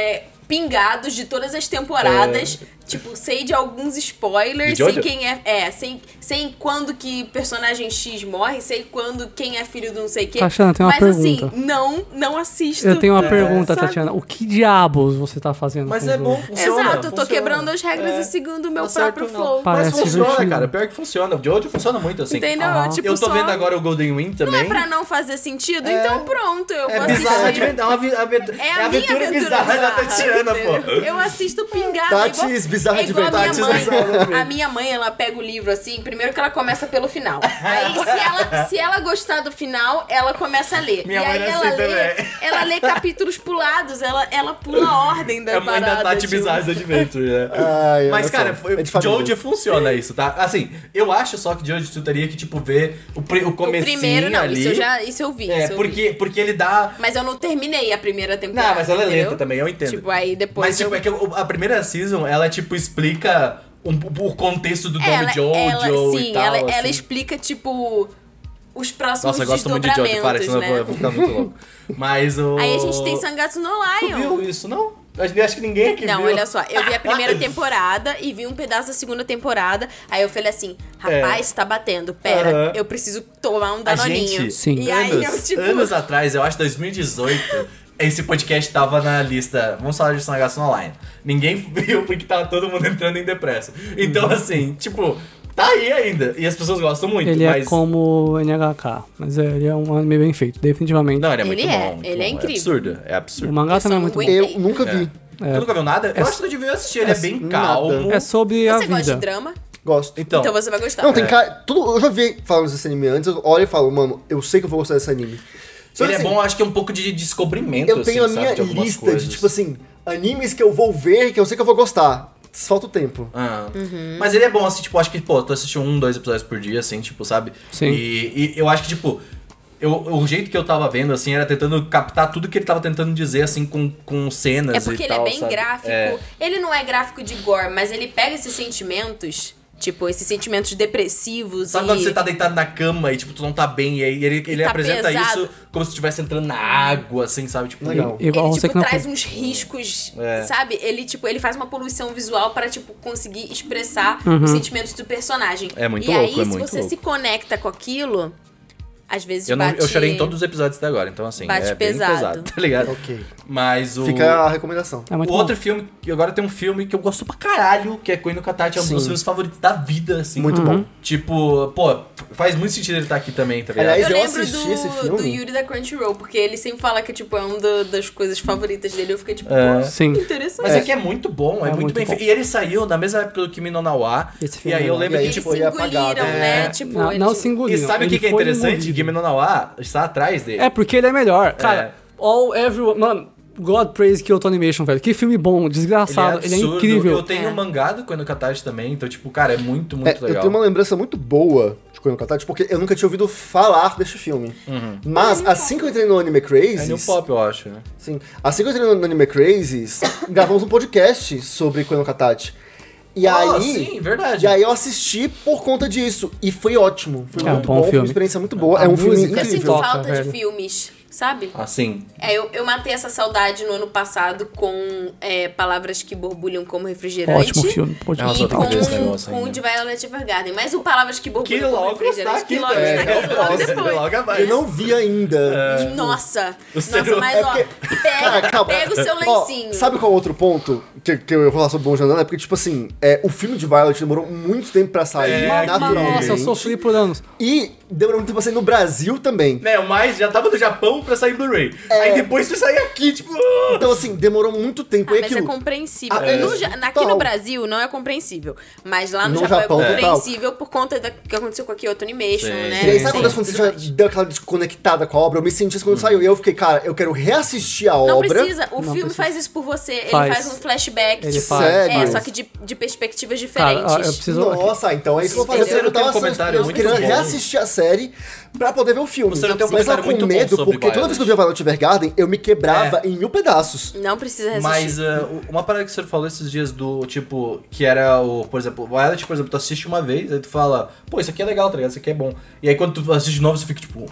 pingados de todas as temporadas. É. Tipo, sei de alguns spoilers, de sei quem é. É, sei, sei quando que personagem X morre, sei quando quem é filho do não sei o quê. Tatiana, tem uma mas pergunta. assim, não, não assisto. Eu tenho uma É, pergunta, sabe? Tatiana. O que diabos você tá fazendo? Mas com é o bom, jogo? funciona. Exato, eu tô funciona. quebrando as regras É. e segundo o meu Tá certo, próprio não. flow. Parece Mas funciona, divertido. cara. Pior que funciona. O Jojo funciona muito assim. Entendeu? Aham. Tipo, Eu tô só- vendo agora o Golden Wind também. Não é pra não fazer sentido? Então pronto, eu É vou bizarra assistir. de é uma vi- aventura, É é a a minha aventura aventura bizarra da Tatiana, entendeu? pô. Eu assisto pingado. Tatis igual, bizarra é de igual a minha verdade. mãe. Bizarra. A minha mãe, ela pega o livro assim, primeiro que ela começa pelo final. Aí se ela, se ela gostar do final, ela começa a ler. Minha e mãe aí é ela assim lê, também. ela lê capítulos pulados, ela, ela pula a ordem da É a mãe parada. da Tati tipo. Bizarre's Adventure, né? Ai, Mas, olha cara, só, foi- é de família. Jojo funciona isso, tá? Assim, eu acho só que Jojo tu teria que, tipo, ver o, pri- o O comecinho primeiro, não, ali. isso eu já isso eu vi. É, isso eu vi. porque, porque ele dá... Mas eu não terminei a primeira temporada. Não, mas ela é entendeu? lenta também, eu entendo. Tipo, aí depois. Mas, tipo, eu... é que o- a primeira season, ela, tipo, explica um- o contexto do nome ela, Jojo ela, sim, e tal, ela, assim. ela explica, tipo, os próximos Nossa, eu gosto muito de Jojo, para, desdobramentos, senão eu vou, né? eu vou ficar muito louco. Mas o... Aí a gente tem Sangatsu no Tu Lion. viu isso, não? Eu acho que ninguém aqui Não, viu. olha só, eu vi a primeira temporada e vi um pedaço da segunda temporada. Aí eu falei assim, rapaz, tá batendo, pera, Aham. eu preciso tomar um A danoninho. gente, Sim. E aí anos, eu, tipo... anos atrás, eu acho dois mil e dezoito, esse podcast tava na lista, vamos falar de Sangatsu no Online. Ninguém viu porque tava todo mundo entrando em depressa. Então, assim, tipo, tá aí ainda. E as pessoas gostam muito, Ele mas... é como o N H K, mas é, ele é um anime bem feito, definitivamente. Não, ele é muito Ele é, bom. muito ele é bom. incrível. É absurdo, é O absurdo. mangá Eu também é só muito não bom. aguentei. Eu nunca vi. Tu nunca viu nada? Eu É- acho que tu devia assistir, ele é, é- bem nada. calmo. É sobre a Você gosta de vida. drama? Gosto. Então, Então você vai gostar. Não, tem cara. Tudo, eu já vi falando desse anime antes, eu olho e falo, mano, eu sei que eu vou gostar desse anime. Só ele que, é assim, bom, acho que é um pouco de descobrimento, eu tenho assim, a sabe, minha de algumas lista coisas. de, tipo assim, animes que eu vou ver que eu sei que eu vou gostar. Falta o tempo. Ah. Uhum. Mas ele é bom, assim, tipo, acho que, pô, tu assistiu um, dois episódios por dia, assim, tipo, sabe? Sim. E, e eu acho que, tipo, eu, o jeito que eu tava vendo, assim, era tentando captar tudo que ele tava tentando dizer, assim, com, com cenas É porque e ele tal, é bem sabe? gráfico. É. Ele não é gráfico de gore, mas ele pega esses sentimentos, tipo, esses sentimentos depressivos Sabe e... quando você tá deitado na cama e, tipo, tu não tá bem, e aí ele, ele tá apresenta pesado. isso como se estivesse entrando na água, assim, sabe? Tipo, Legal. Igual Ele, você tipo, que não traz foi. uns riscos, É. sabe? Ele, tipo, ele faz uma poluição visual para tipo, conseguir expressar Uhum. os sentimentos do personagem. É muito e louco, aí, é se muito você louco. se conecta com aquilo, às vezes eu, não, bate... eu chorei em todos os episódios até agora, então, assim, Bate é bem pesado. pesado, tá ligado? Ok. Mas o... Fica a recomendação. É muito o bom. outro filme, que agora tem um filme que eu gosto pra caralho, que é Koen no Katachi, é um dos Sim. meus filmes favoritos da vida, assim. Muito bom. Tipo, pô, faz muito sentido ele estar aqui também, tá ligado? Aliás, Eu eu lembro assisti do, esse filme. do Yuri da Crunchyroll, porque ele sempre fala que tipo, é uma das coisas favoritas dele. Eu fiquei tipo, É. pô, Sim. interessante. Mas é. que é muito bom, é, É muito, muito bem bom. feito. E ele saiu na mesma época do Kimi no Na wa. Esse E filme aí é eu bom. lembro E aí, que, Eles tipo... foi se engoliram, apagado. né? É. Tipo, Não, eles... não se engoliu. E sabe o que, Ele que é foi interessante? engolido. Kimi no Na wa está atrás dele. É porque ele é melhor. Cara, É. all everyone. Mano, God praise Kyoto Animation, velho. Que filme bom, desgraçado. Ele é, absurdo. incrível. Eu tenho É. um mangá do Koen no Katachi também, então, tipo, cara, é muito, muito É, legal. eu tenho uma lembrança muito boa de Koen no Katachi, porque eu nunca tinha ouvido falar deste filme. Mas, assim que eu entrei no Anime É Crazes... New Pop, eu acho, né? Sim. Assim que eu entrei no Anime Crazes, gravamos um podcast sobre Koen no Katachi. E Ah, aí... sim, verdade. E aí eu assisti por conta disso. E foi ótimo. Foi É um muito bom bom, foi filme. uma experiência muito boa. A é um filme música Eu sinto incrível. toca, falta de velho. filmes, sabe? Assim, É, eu, eu matei essa saudade no ano passado com é, Palavras que Borbulham como Refrigerante. Ótimo filme. Pode Nossa, E eu com, tenho que ver esse negócio com ainda. o de Violet Evergarden. Mas o Palavras que Borbulham que como logo está Refrigerante, aqui que logo também. está aqui, logo Nossa, depois. logo vai. Eu não vi ainda. Nossa, O seu- nossa, mas É ó, porque- pega, Cara, calma. pega o seu Ó, lencinho. sabe qual é o outro ponto que, que eu ia falar sobre o Bom Janana? É porque, tipo assim, é, o filme de Violet demorou muito tempo pra sair, É, naturalmente. Nossa, eu sofri por anos. E demorou muito tempo pra sair no Brasil também. né, o mais já tava no Japão pra sair Blu-ray. É. Aí depois foi sair aqui, tipo... ah! Então, assim, demorou muito tempo. Ah, e mas é aquilo, compreensível. Ah, é. No Ja- aqui Total. no Brasil não é compreensível. Mas lá no, No Japão, Japão, é total. compreensível por conta do que aconteceu com a Kyoto Animation, Sim. né? E aí, Sim, sabe quando Sim, você tudo já mais. deu aquela desconectada com a obra? Eu me senti isso quando saiu. E eu fiquei, cara, eu quero reassistir a Não obra. precisa, o Não filme precisa. faz isso por você. Ele Faz. faz um flashback. Ele tipo, faz. É, Sério? só que de, de perspectivas Cara, diferentes. ó, eu preciso. Nossa, então é isso que eu vou fazer. Entendeu? Eu tava Tem um comentário eu muito querendo bom. reassistir a série pra poder ver o filme. Você não tem um Mas eu comentário com muito bom medo, sobre porque toda vez que eu via Violet Evergarden, eu me quebrava em mil pedaços. Não precisa resistir. Mas uh, uma parada que você falou esses dias do, tipo, que era o, por exemplo, o Violet, por exemplo, tu assiste uma vez, aí tu fala, pô, isso aqui é legal, tá ligado? Isso aqui é bom. E aí quando tu assiste de novo, você fica tipo,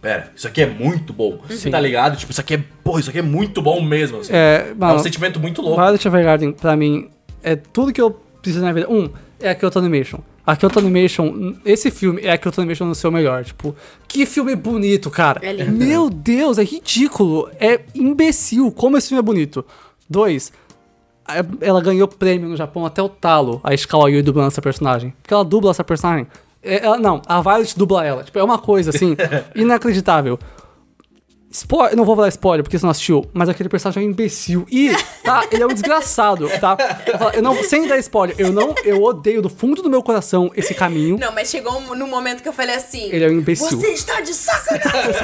pera, isso aqui é muito bom. Sim. Tá ligado? Tipo, isso aqui é, pô, isso aqui é muito bom mesmo. Assim. É, É mano, um sentimento muito louco. Violet Evergarden, pra mim, é tudo que eu preciso na vida. Um, é a Kyoto Animation. A Kyoto Animation, esse filme é a Kyoto Animation no seu melhor. Tipo, que filme bonito, cara. É lindo. Meu Deus, é ridículo. É imbecil como esse filme é bonito. Dois, a- ela ganhou prêmio no Japão até o talo, a Ishikawa Yui dublando essa personagem. Porque ela dubla essa personagem. É, ela- não, a Violet dubla ela. Tipo, é uma coisa, assim, inacreditável. Spoiler, não vou falar spoiler porque você não assistiu, mas aquele personagem é um imbecil. E, tá, ele é um desgraçado, tá? Eu, falo, eu não, sem dar spoiler, eu não, eu odeio do fundo do meu coração esse caminho. Não, mas chegou um, num momento que eu falei assim... Ele é um imbecil. Você está de sacanagem!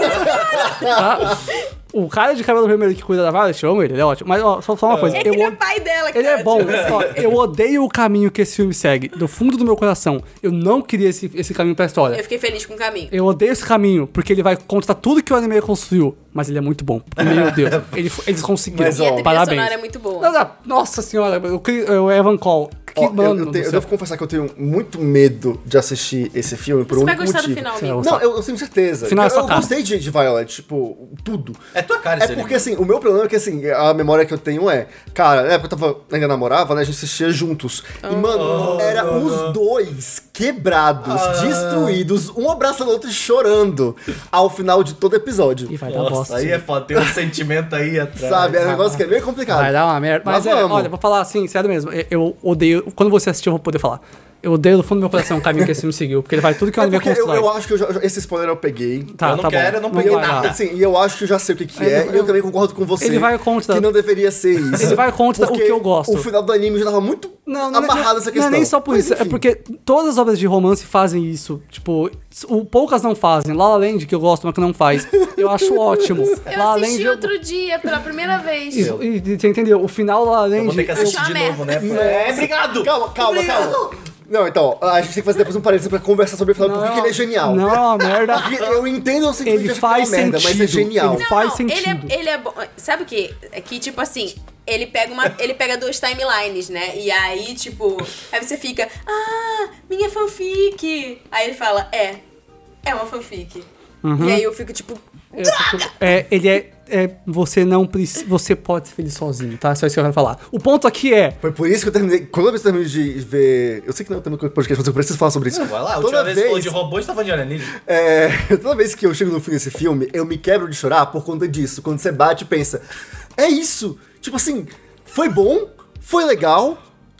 Tá? O cara de cabelo vermelho que cuida da Violet, eu amo ele, ele é ótimo. Mas, ó, só, só uma coisa. É eu que ele é o- pai dela, Ele é cara. bom. Ó, eu odeio o caminho que esse filme segue. Do fundo do meu coração. Eu não queria esse, esse caminho pra história. Eu fiquei feliz com o caminho. Eu odeio esse caminho, porque ele vai contra tudo que o anime construiu. Mas ele é muito bom. Meu Deus. Ele- eles conseguiram. Mas, E a trilha Parabéns. sonora é muito boa. Não, não, Nossa senhora, o, Cri- o Evan Cole. Que Ó, eu, mano. eu, do tenho- eu céu. devo confessar que eu tenho muito medo de assistir esse filme por Você um vai único gostar do motivo. final, Você vai amigo. gostar. Não, eu, eu tenho certeza. Final é eu sua eu cara. gostei de, de Violet, tipo, tudo. É tua cara É esse porque, anime. assim, o meu problema é que, assim, a memória que eu tenho é... Cara, na época eu tava, ainda namorava, né? A gente assistia juntos. E, mano, era os dois quebrados, destruídos, um abraçando o outro e chorando ao final de todo episódio. E vai dar Nossa, bosta. aí sim. é foda, tem um sentimento aí atrás. Sabe? É um negócio que é meio complicado. Vai dar uma merda. Mas, Mas é, vamos. olha, vou falar assim, sério mesmo. eu- Eu odeio. Quando você assistir, eu vou poder falar. Eu odeio do fundo do meu coração o caminho que esse filme seguiu. Porque ele vai tudo que o É anime porque eu, constrói. eu acho que eu já- esse spoiler eu peguei. Tá, Eu não tá quero, bom. eu não peguei vai, nada. não. Assim, e eu acho que eu já sei o que, que Ele é, vai- e eu também concordo com você. Ele vai contra- Que não deveria ser isso. Ele vai contra o Porque que eu gosto. O final do anime já tava muito Não, não, amarrado não, essa não questão. é nem só por Mas, isso, é enfim. porque todas as obras de romance fazem isso. Tipo, o, poucas não fazem. La La Land, que eu gosto, mas que não faz. Eu acho ótimo. Eu La La assisti Land, eu- outro dia, pela primeira vez. E, e, e você entendeu? O final La La Eu Land... vou ter que Achou assistir uma de novo, merda. né? É, obrigado! Calma, calma, calma. Não, então, a gente tem que fazer depois um parênteses pra conversar sobre o final, Não, porque ele é genial. Não, é uma merda. Porque eu entendo o sentido Ele de achar faz que é uma merda, mas é sentido. genial. Ele faz Ele sentido. é, ele é bom. Sabe o que? É que, tipo assim, ele pega uma. Ele pega duas timelines, né? E aí, tipo, aí você fica, ah, minha fanfic. Aí ele fala, é, é uma fanfic. Uhum. E aí eu fico, tipo, Eu fico- é, ele é, é. Você não precisa. Você pode ser feliz sozinho, tá? Só isso que eu quero falar. O ponto aqui é. Foi por isso que eu terminei. Quando eu terminei de ver. Eu sei que não é o tema do podcast, mas eu preciso falar sobre isso. Vai lá, a Toda última vez que falou vez, de robô, a gente tá falando de alienígena. é, toda vez que eu chego no fim desse filme, eu me quebro de chorar por conta disso. Quando você bate e pensa, é isso. Tipo assim, foi bom, foi legal,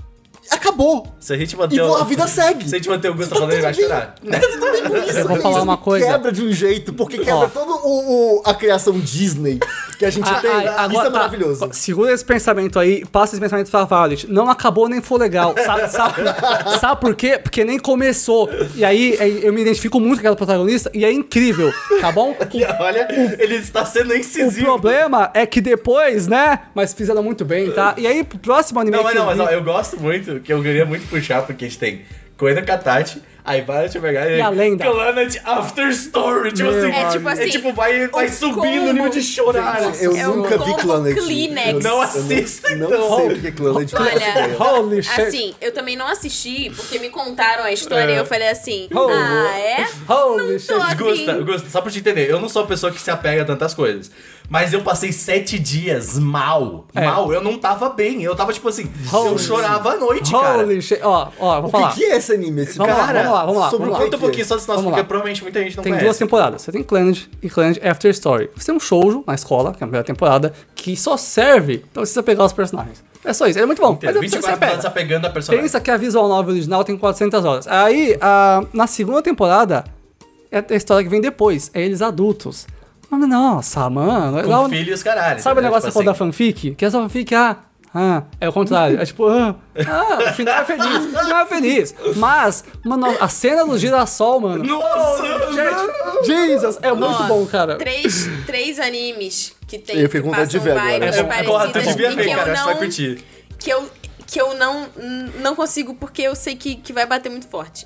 acabou. Se a gente E manter a o... vida segue. Se a gente manter o Gusta Tá falando, ele vai tudo bem. chorar. Tá tudo bem com isso. Eu vou Isso falar uma me coisa. quebra de um jeito, porque quebra Ó. toda o, o- a criação Disney que a gente Ah, tem. ah, Isso agora, é tá. maravilhoso. Segura esse pensamento aí, passa esse pensamento pra Violet. Não acabou nem foi legal. Sabe, sabe, sabe por quê? Porque nem começou. E aí aí eu me identifico muito com aquela protagonista e é incrível, tá bom? E olha, ele está sendo O incisivo. problema é que depois, né? Mas fizeram muito bem, tá? E aí, pro próximo anime Não, mas que não, eu mas vi- ó, eu gosto muito, que eu queria muito puxar, porque a gente tem Coisa Katati, aí Violet Evergarden E a lenda. Planet After Story. Tipo Meu assim, É tipo assim, é tipo, vai, vai o subindo combo- o nível de chorar. Gente, eu É um nunca vi combo Clannad. Kleenex. Eu Não eu assista, não, então. Não sei o que é Clannad. não faço ideia. Olha, Holy shit. assim, eu também não assisti, porque me contaram a história e eu falei assim, Oh. ah, é? Holy Não shit. tô afim. Gusta, Gusta, só pra te entender, eu não sou uma pessoa que se apega a tantas coisas. Mas eu passei sete dias mal. É. Mal, eu não tava bem. Eu tava tipo assim, eu Holy- chorava à noite, cara. Holy shit. Ó, ó, vou O falar. que, que é esse anime? Esse Vamos lá, cara? vamos lá, vamos lá, Sobre vamos o lá. que Conta um que é? pouquinho só do sinopse, Vamos porque lá. provavelmente muita gente não Tem conhece. duas temporadas. Você tem Clannad e Clannad After Story. Você tem um shoujo na escola, que é a primeira temporada, que só serve pra você pegar os personagens. É só isso. É muito bom. Inteiro, Mas vinte você e quatro pega. anos apegando a personagem. Pensa que a visual novel original tem quatrocentas horas. Aí, a, na segunda temporada, é a história que vem depois. É eles adultos. Mano, nossa, mano. Com lá- filhos, caralho. Sabe o né? negócio que Tipo você falou da assim. fanfic? Que essa fanfic, ah, ah, é o contrário. É tipo, ah, ah, o final é feliz. O final é feliz. Mas, mano, a cena do girassol, mano. Nossa! Gente, Jesus, é muito Ó, bom, cara. Três, três animes que tem Eu fiquei que com vontade de passam ver agora. vibes É, porra, tu parecidas devia e ver, que eu cara. Acho que vai não- curtir. que eu, que eu não, não consigo porque eu sei que, que vai bater muito forte.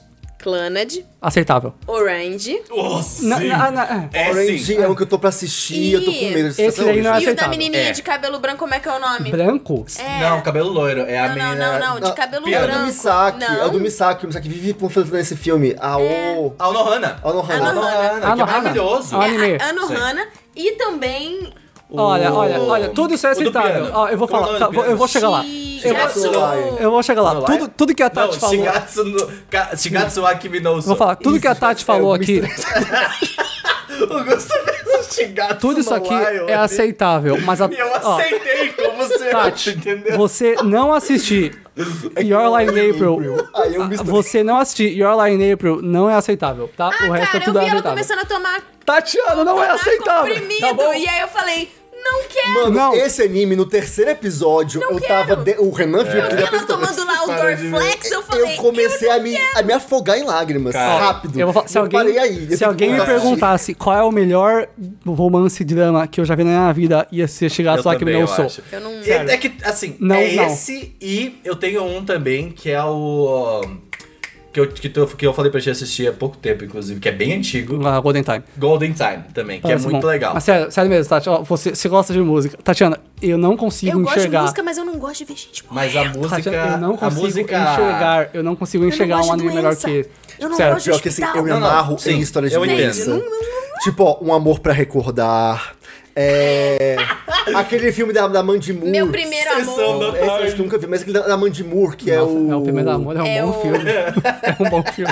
Clannad, Aceitável. Orange. Nossa, Na- sim. na- na- É Orange sim. é um que eu tô pra assistir e eu tô com medo de Esse assistir daí não é E o da aceitável. menininha É. de cabelo branco, como é que é o nome? Branco? É. Não, cabelo loiro. É a Não, não, menina... não, não, de cabelo piano. É o branco. do Misaki, Não. é o do Misaki, o Misaki vive panfletando nesse filme. A O... A Anohana. A Anohana. Anohana. Anohana, que é Anohana. maravilhoso. Ah, anime. É a Anohana e também Olha, olha, olha, tudo isso é o do aceitável. piano. Ó, eu vou Como é o falar, nome tá, do vou- eu piano? vou chegar lá. Eu vou, Shigatsu. eu vou chegar lá. Não, Tudo, tudo que a Não, Tati falou. Shigatsu, no, Ka- Shigatsu Akimi no Uso. Vou falar, tudo que a Tati falou aqui, O Gustavo fez um Shigatsu tudo isso no aqui Wild. é aceitável, mas a, E eu ó, aceitei como você Tati, entendeu? você não assistir Your Lie in April, Aí eu misturei. você não assistir Your Lie in April não é aceitável, tá? Ah, o resto cara, é tudo eu vi ela aceitável. começando a tomar Tatiana, não é tomar aceitável. comprimido. Tá bom? E aí eu falei, não quero. Mano, Não. esse anime, no terceiro episódio, Não eu quero. tava... de- O Renan viu que ele Ela apresentou. tomando lá o Para de ver. Dorflex, eu falei, Eu comecei eu a, não me, quero. a me afogar em lágrimas, Cara, rápido. Eu vou falar, se Eu alguém, parei aí. eu se tenho alguém que me assistir. perguntasse qual é o melhor romance drama que eu já vi na minha vida, ia ser Shigatsu Akimi no Uso. Eu não... É, é que, assim, Não, é não. esse e eu tenho um também que é o... Que eu, que, tu- que eu falei pra gente assistir há pouco tempo, inclusive, que é bem antigo. Ah, Golden Time. Golden Time também, que Parece é muito bom. legal. Mas sério, sério mesmo, Tati, ó, você, você gosta de música. Tatiana, eu não consigo Eu gosto de enxergar. música, mas eu não gosto de ver gente morrer. Mas a música... Tatiana, eu não a consigo música... enxergar. Eu não consigo não enxergar gosto um de anime melhor doença. que esse. Eu não Sério. gosto de Pior que assim, hospital. eu me Não, não, amarro sim, em histórias de eu entendo. doença. Não, não, Tipo, ó, Um Amor Pra Recordar. É... Aquele filme da, da Mandy Moore. Meu primeiro Sessão amor. da Esse eu acho que eu nunca vi, mas aquele da, da Mandy Moore, que é Nossa, o... é o Primeiro Amor, é um É bom o- filme. É um bom filme.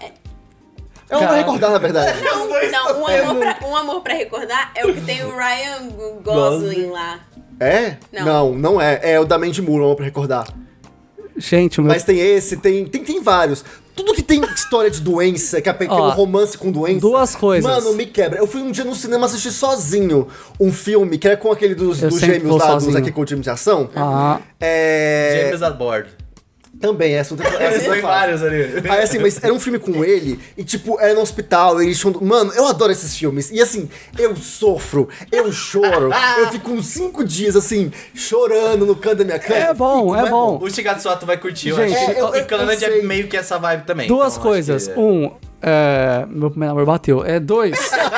É um Pra Recordar, na verdade. Não, dois não, um é amor, pra, um amor pra recordar é o que tem o Ryan Gosling lá. É? Não. Não, não é. É o da Mandy Moore, Um Amor Pra Recordar. Gente, o meu... Mas tem esse, tem, tem, tem vários. Tudo que tem história de doença, que tem Ó, um romance com doença. duas coisas. Mano, me quebra. Eu fui um dia no cinema assistir sozinho um filme que era com aquele dos, Eu dos sempre gêmeos vou lá, dos sozinho. aqui com o time de ação. Ah, É. James a Board. Também, essa não tem essa Tem não é fácil. vários ali. Aí assim, mas era um filme com ele, e tipo, era no hospital, eles tinham... Mano, eu adoro esses filmes. E assim, eu sofro, eu choro, eu fico uns cinco dias assim, chorando no canto da minha cama. É bom, Fico, é mas bom. O Shigatsu tu vai curtir, eu Gente, acho. é, eu- e eu- Clannad eu é sei. meio que essa vibe também. duas então acho coisas. que é. Um, é, meu primeiro amor bateu. É dois.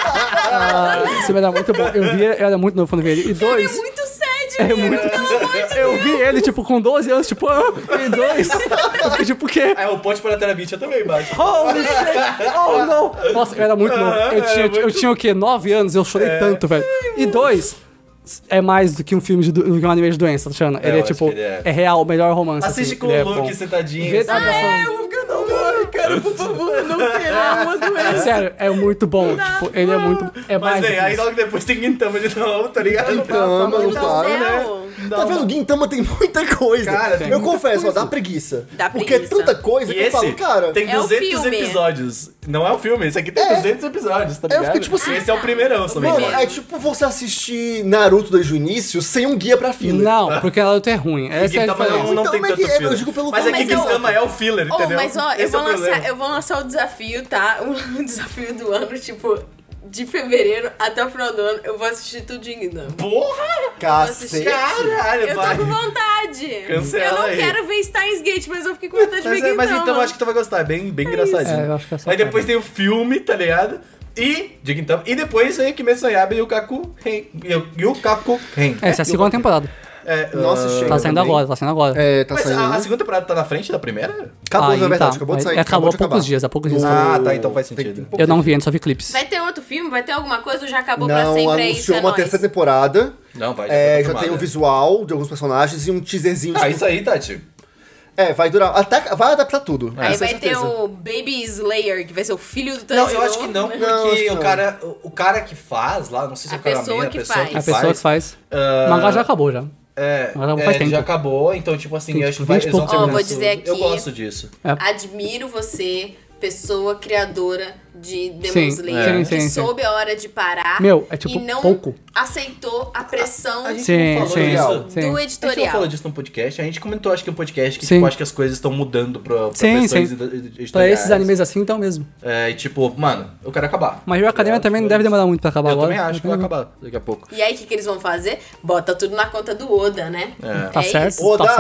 ah, esse filme era muito bom. Eu vi, eu era muito novo quando vi ele. E Ele é dois. muito sad, É amigo, muito. pelo amor de Eu vi ele, tipo, com doze anos, tipo, ah, e dois. Eu fiquei tipo, o quê? É, o Ponte para a Terabit também embaixo. Holy shit! Oh, não! Nossa, eu era muito novo. Eu tinha, eu tinha o quê? nove anos, eu chorei tanto, velho. E dois, é mais do que um filme de, do do que um anime de doença, Tatiana. Ele eu é, acho tipo, que ele é. é real, o melhor romance. Assiste assim, com ele é o Luke bom. sentadinho. Vê assim. a versão- É, eu fico, não, não, eu quero, por favor, não quero uma doença. Sério, é muito bom. Tipo, ele é muito. É Mas, mais. do vem, que aí isso. logo depois tem Gintama de novo, tá ligado? Gintama, Meu não Deus do para, né? céu. Dá Tá uma- vendo? Gintama tem muita coisa. Cara, tem eu muita confesso, ó, coisa. dá preguiça. Dá Porque preguiça. é tanta coisa E que eu esse falo, cara... tem É o duzentos filme. episódios. Não é o filme, esse aqui tem É. duzentos episódios, tá Eu ligado? fiquei tipo assim, esse é o primeirão, se não me Mano, engano. é tipo você assistir Naruto desde o início sem um guia pra fila. Não, porque Naruto é ruim. Essa é a Gintama diferença. não, não Então, tem mas tanto é, eu filler. digo pelo Mas é que Mas eu- Gintama é o filler, Oh, entendeu? mas ó, eu Esse vou, é o problema. lançar, eu vou lançar o desafio, tá? O desafio do ano, tipo, de fevereiro até o final do ano, eu vou assistir tudinho ainda. Porra! Cacete. Caralho, Eu tô vai. com vontade. Cancela eu não aí. quero ver Steins Gate, mas eu fiquei com vontade de Mas, ver é, mas Gintama. então eu acho que tu vai gostar, é bem, bem engraçadinho. É, eu acho que é só Aí depois cara. tem o filme, tá ligado? E, de Gintama. E depois vem Kimetsu no Yaiba e o Kaku Ren. E o- E o Kaku Ren. Essa é a segunda temporada. É, Nossa, ah, chega. Tá saindo também. agora, tá saindo agora. É, tá Mas saindo. a, a segunda temporada tá na frente da primeira? Acabou, Aí na verdade, tá. acabou de sair. É, acabou há de poucos acabar. dias, há poucos dias. Ah, tá, então faz Tem- sentido. tem pouco Eu não tempo. vi ainda, só vi clipes. Vai ter outro filme? Vai ter alguma coisa ou já acabou pra Não, sempre? É isso, anunciou é uma nóis. terceira temporada. Não, vai, já É, foi já confirmado, tem o é. visual de alguns personagens e um teaserzinho. Ah, tipo- isso aí, Tati. É, vai durar. Até, vai adaptar tudo. Aí essa é vai a ter certeza. o Baby Slayer, que vai ser o filho do Não, Tanjiro. eu acho que não, porque Não, acho que o, não. cara, o, o cara que faz lá, não sei se A é o cara pessoa mesmo, que a pessoa faz. que A pessoa que faz. Ah, O mangá já acabou já. É, Mas já é, faz tempo. já acabou, então, tipo assim, Tem, eu tipo, acho que vai, vinte e eles vão poucos terminar Ó, vou isso. dizer aqui- Eu gosto disso. Admiro você, pessoa criadora de Demon Sim, Slayer, sim, que sim, sim. soube a hora de parar Meu, é tipo e não pouco. aceitou a pressão A gente Sim, não falou sim, disso. sim. do A gente não editorial. falou disso no podcast, a gente comentou, acho que um podcast que, Sim. tipo, acho que as coisas estão mudando pra, pra Sim, pressões sim. ed- editoriais. Pra esses animes assim, então mesmo. É, e tipo, mano, eu quero acabar. Mas o Academia também não deve demorar muito pra acabar Eu agora. também acho que vai acabar daqui a pouco. E aí, o que, que eles vão fazer? Bota tudo na conta do Oda, né? É. Tá certo. isso. Oda, Tá certo.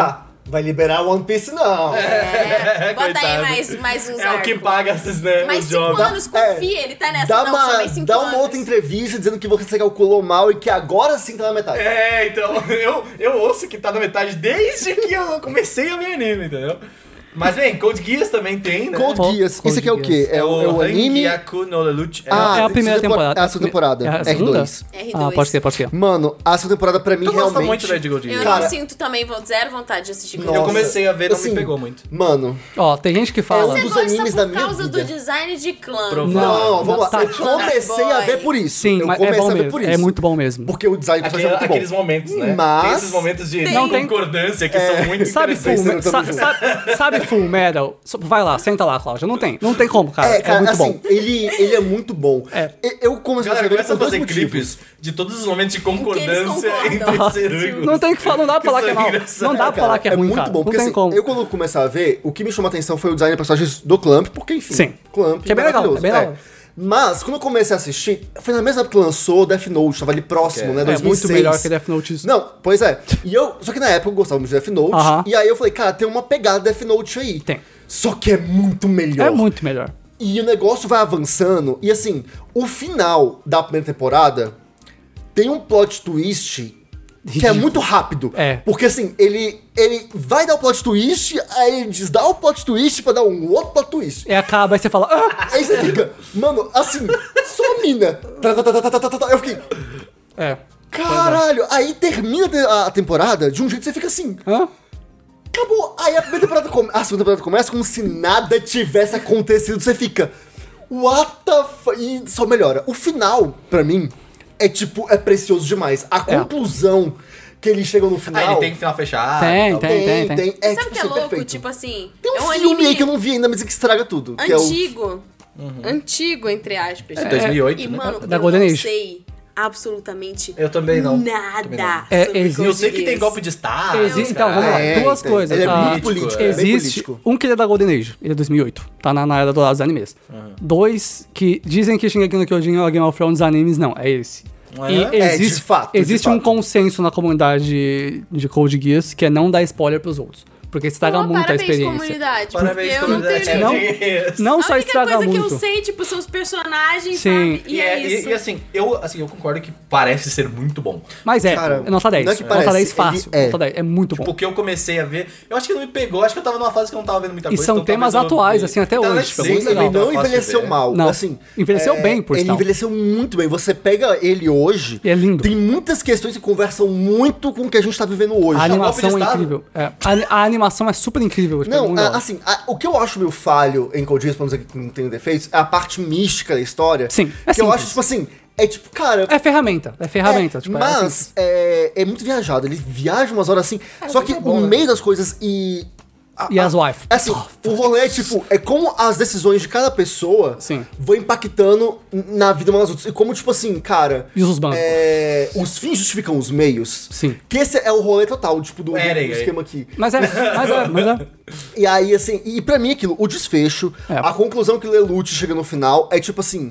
vai liberar One Piece não. É, bota aí Coitado. mais, mais uns É o que arcos. paga esses, né, Mais os cinco jogos. anos, confia, ele tá nessa. Dá não, uma, só mais cinco dá anos. uma outra entrevista dizendo que você calculou mal e que agora sim tá na metade. É, então, eu, eu ouço que tá na metade desde que eu comecei a ver anime, entendeu? Mas, bem, Code Geass também tem, né? Code Code Geass, isso aqui é o quê? É, o, é o anime... Hangyaku no Lelouch. É, Ah, É a primeira segunda temporada. É a segunda temporada, É a R segunda? dois. R dois. Ah, pode ser, pode ser. Mano, a segunda temporada pra mim tu gosta realmente... muito, né, de Code Eu Geass? não Cara, sinto também vo- zero vontade de assistir Code Eu Geass. comecei a ver, não assim, me pegou muito. Mano, Ó, tem gente que É fala... um Você dos gosta animes por da minha causa vida. do design de clã. Provável. não, vamos lá. tá. Eu comecei a ver por isso. Sim, eu mas comecei é bom a ver mesmo. por isso. É muito bom mesmo. Porque o design do Aquele- personagem é muito bom. aqueles momentos, né? Mas- Tem esses momentos de Não tem- concordância que são muito Sabe interessantes. Full, eu Me- também sa- sabe, sabe Full Metal? So- Vai lá, senta lá, Cláudia. Não tem. Não tem como, cara. É, É, cara, muito assim, bom. ele, ele é muito bom. É. E- Eu comecei Galera, a ver começa a por dois fazer motivos. clipes de todos os momentos de concordância concordam. entre terceiro e Não tem que falar, não dá pra falar que é Isso é mal. engraçado, Não dá pra Cara, falar que é, ruim, muito cara. bom, Não porque tem assim, como. eu quando comecei a ver, o que me chamou a atenção foi o design de personagens do Clamp, porque enfim, Sim. Clamp Que é bem legal, maravilhoso, é bem legal. Mas, quando eu comecei a assistir, foi na mesma época que lançou Death Note, tava ali próximo, Ok. né, É dois mil e seis. muito melhor que Death Note isso. Não, pois é. E eu, só que na época eu gostava muito de Death Note, Aham. e aí eu falei, cara, tem uma pegada Death Note aí. Tem. Só que é muito melhor. É muito melhor. E o negócio vai avançando. E assim, o final da primeira temporada tem um plot twist que é Ridículo. muito rápido. É. Porque assim, ele, ele vai dar o plot twist, aí ele desdá o plot twist pra dar um outro plot twist. E acaba, aí você fala... Ah! Aí você fica, mano, assim, só a mina. Tá, tá, tá, tá, tá, tá, tá, tá. Eu fiquei, É. caralho. Aí termina a temporada de um jeito que você fica assim. Hã? Acabou. Aí a primeira temporada come... a segunda temporada começa como se nada tivesse acontecido. Você fica, what the fuck? E só melhora. O final, pra mim, é tipo, é precioso demais. A conclusão que eles chegam no final. Ah, ele tem final fechado. Tem, e tal. tem. tem, tem. É, Sabe o tipo, que é assim, louco? perfeito. Tipo assim, Tem um é um filme anime aí que eu não vi ainda, mas que estraga tudo. Que é o... antigo. Antigo, entre aspas. É dois mil e oito, E, né? mano, Da eu Golden não Age. sei absolutamente Eu também não. Também nada. É, sobre existe- Eu sei que Code tem Geass. golpe de estado. Existe, então, vamos lá. É, Duas tem. coisas. Ele é Ah, muito político, é bem Existe político. um que ele é da Golden Age, ele é dois mil e oito, tá na, na era dourada dos animes. Dois, que dizem que Shingeki no Kyojin é o Game of Thrones dos animes, não, é esse. Ah, E é? É, existe, de fato, de existe um fato. consenso na comunidade de Code Geass que é não dar spoiler pros outros. Porque estraga Pô, muito a parabéns, experiência. comunidade. Parabéns, porque eu não comunidade. tenho Não- nenhum. Não A só única estraga coisa que muito. eu sei, tipo, são os personagens, Sim. sabe? E, E, é, é, e- isso. e, assim, eu, assim, eu concordo que parece ser muito bom. Mas é, Cara, é nota dez. não é que nota parece, dez fácil. ele é. Nota dez, é muito bom. Porque eu comecei a ver. Eu acho que não me pegou, acho que eu tava numa fase que eu não tava vendo muita E coisa. são então temas talvez eu- atuais, assim, até Tá na hoje, tipo, é Sim, muito Netflix, legal. ele não tá fácil de envelheceu ver. mal. Não, Assim, envelheceu bem, por Ele sinal. envelheceu muito bem. Você pega ele hoje. E é lindo. Tem muitas questões que conversam muito com o que a gente tá vivendo hoje. A golpe de animação é estado. incrível. É, a, a animação é super incrível. tipo, é Não, muito a- da hora. assim, a- o que eu acho meio falho em Code Geass, pra não dizer que não tem defeitos, é a parte mística da história. Sim, é que eu simples. acho, tipo assim, é tipo, cara... É ferramenta, é ferramenta. é, tipo, é mas assim. é, é muito viajado, ele viaja umas horas assim, só que é bom, no né? meio das coisas e... a- E a- as wife. Assim, o rolê é tipo, é como as decisões de cada pessoa Sim. vão impactando na vida umas das outras. E como, tipo assim, cara... E os bancos. é, os fins justificam os meios. Sim. Que esse é o rolê total, tipo, do, do, Eren, do aí. esquema aqui. Mas é, mas é, mas é. E aí, assim, e pra mim aquilo, o desfecho, É. a conclusão que o Lelouch chega no final é tipo assim,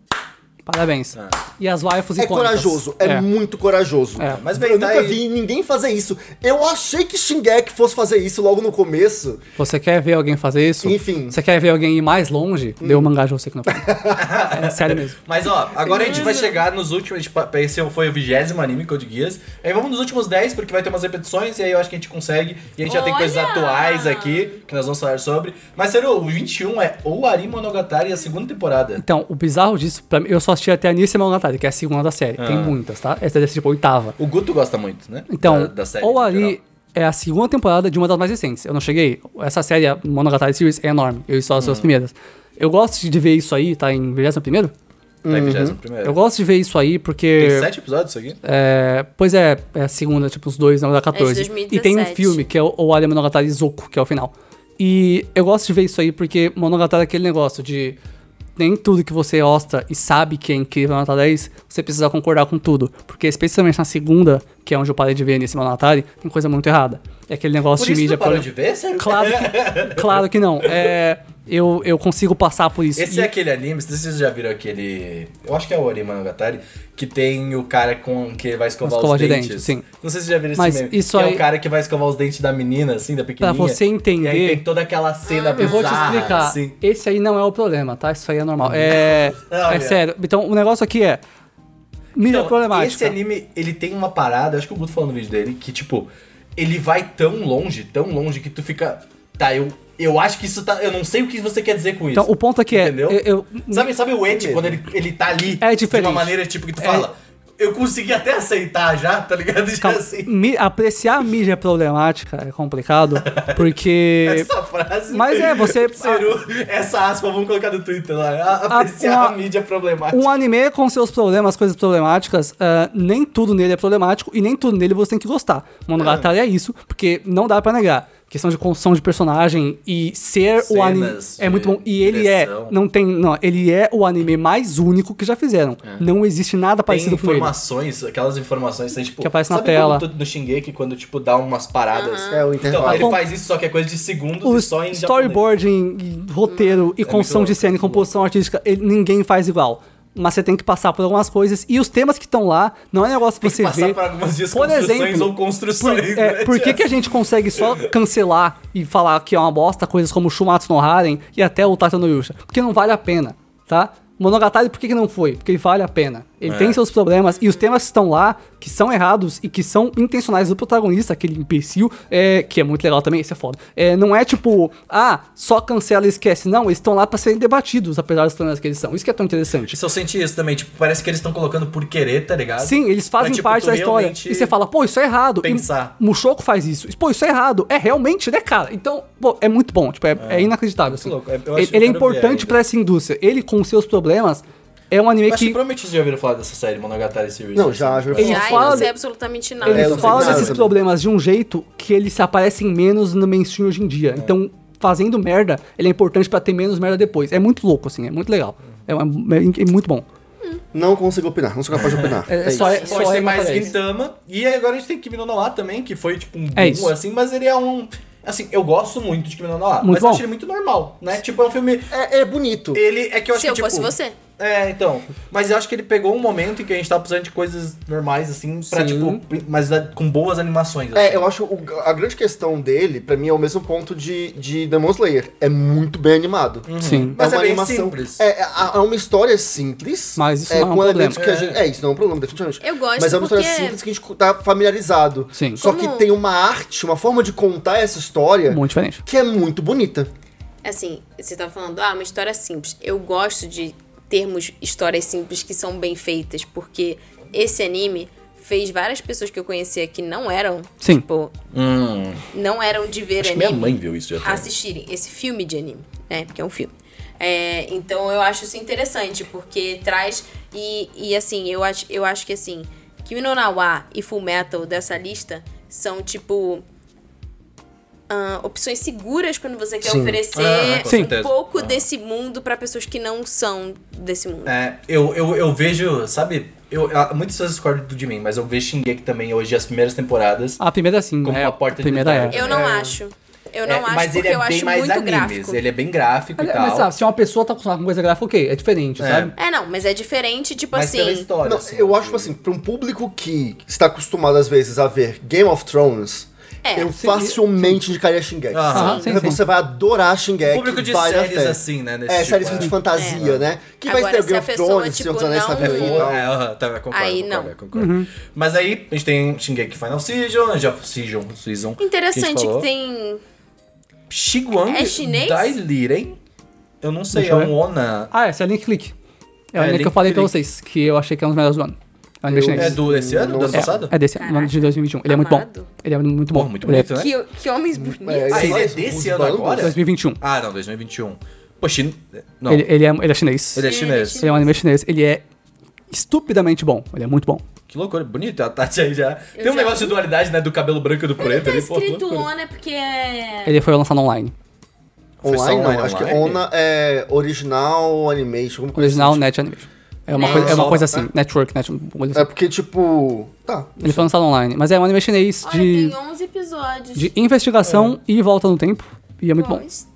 Parabéns. E as waifus é icônicas. corajoso, é, muito corajoso. É. Mas Eu vem nunca daí. vi ninguém fazer isso. Eu achei que Shingeki fosse fazer isso logo no começo. Você quer ver alguém fazer isso? Enfim. Você quer ver alguém ir mais longe? Dê o mangá de você que não foi. É sério mesmo. Mas ó, agora a gente vai chegar nos últimos. A gente, pa- esse foi o vigésimo anime Code Geass. Aí vamos nos últimos dez, porque vai ter umas repetições, e aí eu acho que a gente consegue. E a gente já tem coisas Olha! atuais aqui que nós vamos falar sobre. Mas sério, o vinte e um é Owari Monogatari, a segunda temporada. Então, o bizarro disso, pra mim, eu só assisti até a Nisse Monogatari, que é a segunda da série. Tem muitas, tá? Essa deve ser tipo a oitava. O Guto gosta muito, né? Então, da, da série. no Owari geral. é a segunda temporada de uma das mais recentes. Eu não cheguei. Essa série, a Monogatari Series, é enorme. Eu só as Uhum. as primeiras. Eu gosto de ver isso aí, tá em vigésimo primeiro? Tá em vigésimo primeiro. Eu gosto de ver isso aí porque... Tem sete episódios isso aqui? É, pois é, é a segunda, tipo, os dois, não, da catorze. dois mil e E tem um dezessete. filme que é o Owari Monogatari Zoku, que é o final. E eu gosto de ver isso aí porque Monogatari é aquele negócio de nem tudo que você gosta e sabe que é incrível na nota dez, você precisa concordar com tudo. Porque especialmente na segunda, que é onde eu parei de ver nesse Monogatari, tem coisa muito errada. É aquele negócio Por de isso mídia... tu parou por- de ver, sério? Claro que, claro que não. É, eu, eu consigo passar por isso. Esse E- é aquele anime, não sei se vocês já viram aquele... Eu acho que é o Ori Monogatari, que tem o cara com que vai escovar Escovar os de dentes. dente, sim. Não sei se vocês já viram esse Mas meme. isso que é aí- o cara que vai escovar os dentes da menina, assim, da pequenininha. você entender- E aí tem toda aquela cena Eu vou te bizarra, explicar. assim. Esse aí não é o problema, tá? Isso aí é normal. É, Não, é é. sério. Então, o negócio aqui é... Mídia Então, problemática. esse anime, ele tem uma parada, acho que o Guto falou no vídeo dele, que, tipo, ele vai tão longe, tão longe, que tu fica... Tá, eu, eu acho que isso tá... Eu não sei o que você quer dizer com isso. Então, o ponto aqui é... Entendeu? Eu, eu- Sabe, sabe o Ed, quando ele, ele tá ali É de diferente. uma maneira, tipo, que tu É- fala... Eu consegui até aceitar já, tá ligado? Já calma, assim... mi- apreciar a mídia problemática é complicado, porque... Essa frase. Mas é, você- Seru, essa aspa, vamos colocar no Twitter lá. A- Apreciar uma- a mídia problemática. Um anime com seus problemas, coisas problemáticas, ah, nem tudo nele é problemático e nem tudo nele você tem que gostar. Monogatari é isso, porque não dá pra negar. Questão de construção de personagem e ser o anime Cenas é muito bom. de E ele direção. é, não tem, não, ele é o anime mais único que já fizeram. Não existe nada Tem parecido com ele. informações, aquelas informações tem, tipo... Que aparece na sabe tela. quando tu- no Shingeki, quando, tipo, dá umas paradas? É, o Então, intervalo. ele com- faz isso, só que é coisa de segundos O e só em japonês. storyboarding, e roteiro e construção muito de louco, cena e muito composição artística, ele- ninguém faz igual. Mas você tem que passar por algumas coisas. E os temas que estão lá, não é um negócio que Tem você que passar vê. por algumas Por desconstruções exemplo, ou construções, Por, né? é, por que, que a gente consegue só cancelar e falar que é uma bosta coisas como Shumatsu no Haren e até o Tata no Yusha? Porque não vale a pena, tá? Monogatari, por que, que não foi? Porque ele vale a pena. Ele É. tem seus problemas e os temas que estão lá, que são errados e que são intencionais do protagonista, aquele imbecil, é, que é muito legal também, esse é foda. É, não é tipo, ah, só cancela e esquece. Não, eles estão lá pra serem debatidos, apesar dos problemas que eles são. Isso que é tão interessante. Isso eu senti isso também, tipo, parece que eles estão colocando por querer, tá ligado? Sim, eles fazem Pra, tipo, parte tu da história. realmente E você fala, pô, isso é errado. pensar. E Mushoku faz isso. Pô, isso é errado. É realmente, né, cara? Então, pô, é muito bom. Tipo, é, é inacreditável, assim. louco. Eu acho Ele, que eu ele é quero ver importante ainda. pra essa indústria. Ele, com seus problemas, é um anime Acho que que... provavelmente vocês já ouviram falar dessa série, Monogatari Series. Não, já, já ouvi Ele Já, falar. e não fala- sei absolutamente nada. Ele É, eu não sei fala nada desses também. problemas de um jeito que eles se aparecem menos no mainstream hoje em dia. Então, fazendo merda, ele é importante pra ter menos merda depois. É muito louco, assim. É muito legal. É, é- é muito bom. Não consigo opinar, não sou capaz de opinar. É, É só, isso. é, só Pode é ser mais referência. Gintama. E aí agora a gente tem Kimi no Na também, que foi tipo um É boom, isso. assim, mas ele é um... Assim, eu gosto muito de Kimi no Na, Muito mas bom. eu acho ele muito normal, né? Tipo, é um filme... É, é bonito. Ele é que eu acho Se que, eu tipo... fosse você. É, então. Mas eu acho que ele pegou um momento em que a gente tava precisando de coisas normais, assim, pra, Sim. tipo, mas a- com boas animações. assim. É, eu acho o- a grande questão dele, pra mim, é o mesmo ponto de, de Demon Slayer. É muito bem animado. Sim. Mas é é uma bem animação. simples. É, é, é uma história simples. Mas isso é, não é um com elementos problema. que a gente. É, isso não é um problema, definitivamente. Eu gosto Mas é uma história porque- simples que a gente tá familiarizado. Sim. Só Como- que tem uma arte, uma forma de contar essa história Muito diferente. que é muito bonita. Assim, você tá falando, ah, uma história simples. Eu gosto de termos histórias simples que são bem feitas, porque esse anime fez várias pessoas que eu conhecia que não eram, Sim. tipo, Hum. não eram de ver Acho que anime, minha mãe viu isso já. também. assistirem esse filme de anime, né? Porque é um filme. É, então eu acho isso interessante, porque traz. E, e assim, eu acho, eu acho que assim, Kimi no Na wa e Fullmetal dessa lista são tipo. ah, opções seguras quando você quer Sim. oferecer Ah, com Sim. um certeza. pouco Ah. desse mundo pra pessoas que não são desse mundo. É, eu, eu, eu vejo, sabe, eu, ah, muitas pessoas discordam de mim, mas eu vejo Shingeki também hoje, as primeiras temporadas. A primeira, sim. Como é, uma porta a de primeira é. entrada. Eu não É. acho. Eu não É, acho mas porque ele é eu bem acho mais muito animes, gráfico. ele é bem gráfico e Mas, tal. sabe, se uma pessoa tá acostumada com coisa gráfica, ok, é diferente, É. sabe? É, não, mas é diferente, tipo mas pela assim. história, Não, assim, eu acho assim, pra um público que está acostumado às vezes a ver Game of Thrones, É, eu sim. facilmente indicaria Shingeki. Aham, sim, Você sim. vai adorar Shingeki. Público de vai na séries fé. assim, né, nesse É, tipo, séries é. de fantasia, É. né? Que Agora, vai ter o se Game a of pessoa, Thrones, tipo, Senhor dos Anéis tá não- vindo aí e tal. É, aham, tá, concordo, Aí, concordo, não. concordo. Mas aí, a gente tem Shingeki Final Season, já Season, Season Interessante que, a gente que falou. tem. Shiguang É chinês? Dailiren. Eu não sei, Deixa é eu ver. um Ona. Ah, esse é Link Click. É o É, anime que eu Link falei pra Click. vocês, que eu achei que é um dos melhores do ano. É um anime Eu- chinês. É do desse ano? Não Do ano sei. passado? É desse ano, de dois mil e vinte e um. Ele é muito bom. Amado. Ele é muito bom. Pô, muito Ele é bonito, né? Que, que homens bonitos. É, Ah, ele é Os desse bandos. ano agora? dois mil e vinte e um. Ah, não, dois mil e vinte e um. Pô, chin... Não, Ele, ele, ele, é, ele é chinês. é chinês. Ele é um anime chinês. Ele é estupidamente bom. Ele é muito bom. Que loucura, bonito. A Tati aí já... Tem um já- negócio de dualidade, né? Do cabelo branco e do preto Tá ali. Pô, escrito loucura. Ona porque é. Ele foi lançado online. Foi só Online, não, online, acho que online? Ona é original animation, alguma coisa Original assim. Net Animation. É uma, É. coisa, é uma Só, coisa tá? assim. Network, net, uma coisa assim. É porque, tipo... Tá. Ele foi lançado online. Mas é um anime chinês Olha, de, tem onze episódios. de investigação e volta no tempo. E é muito bom. Gostei.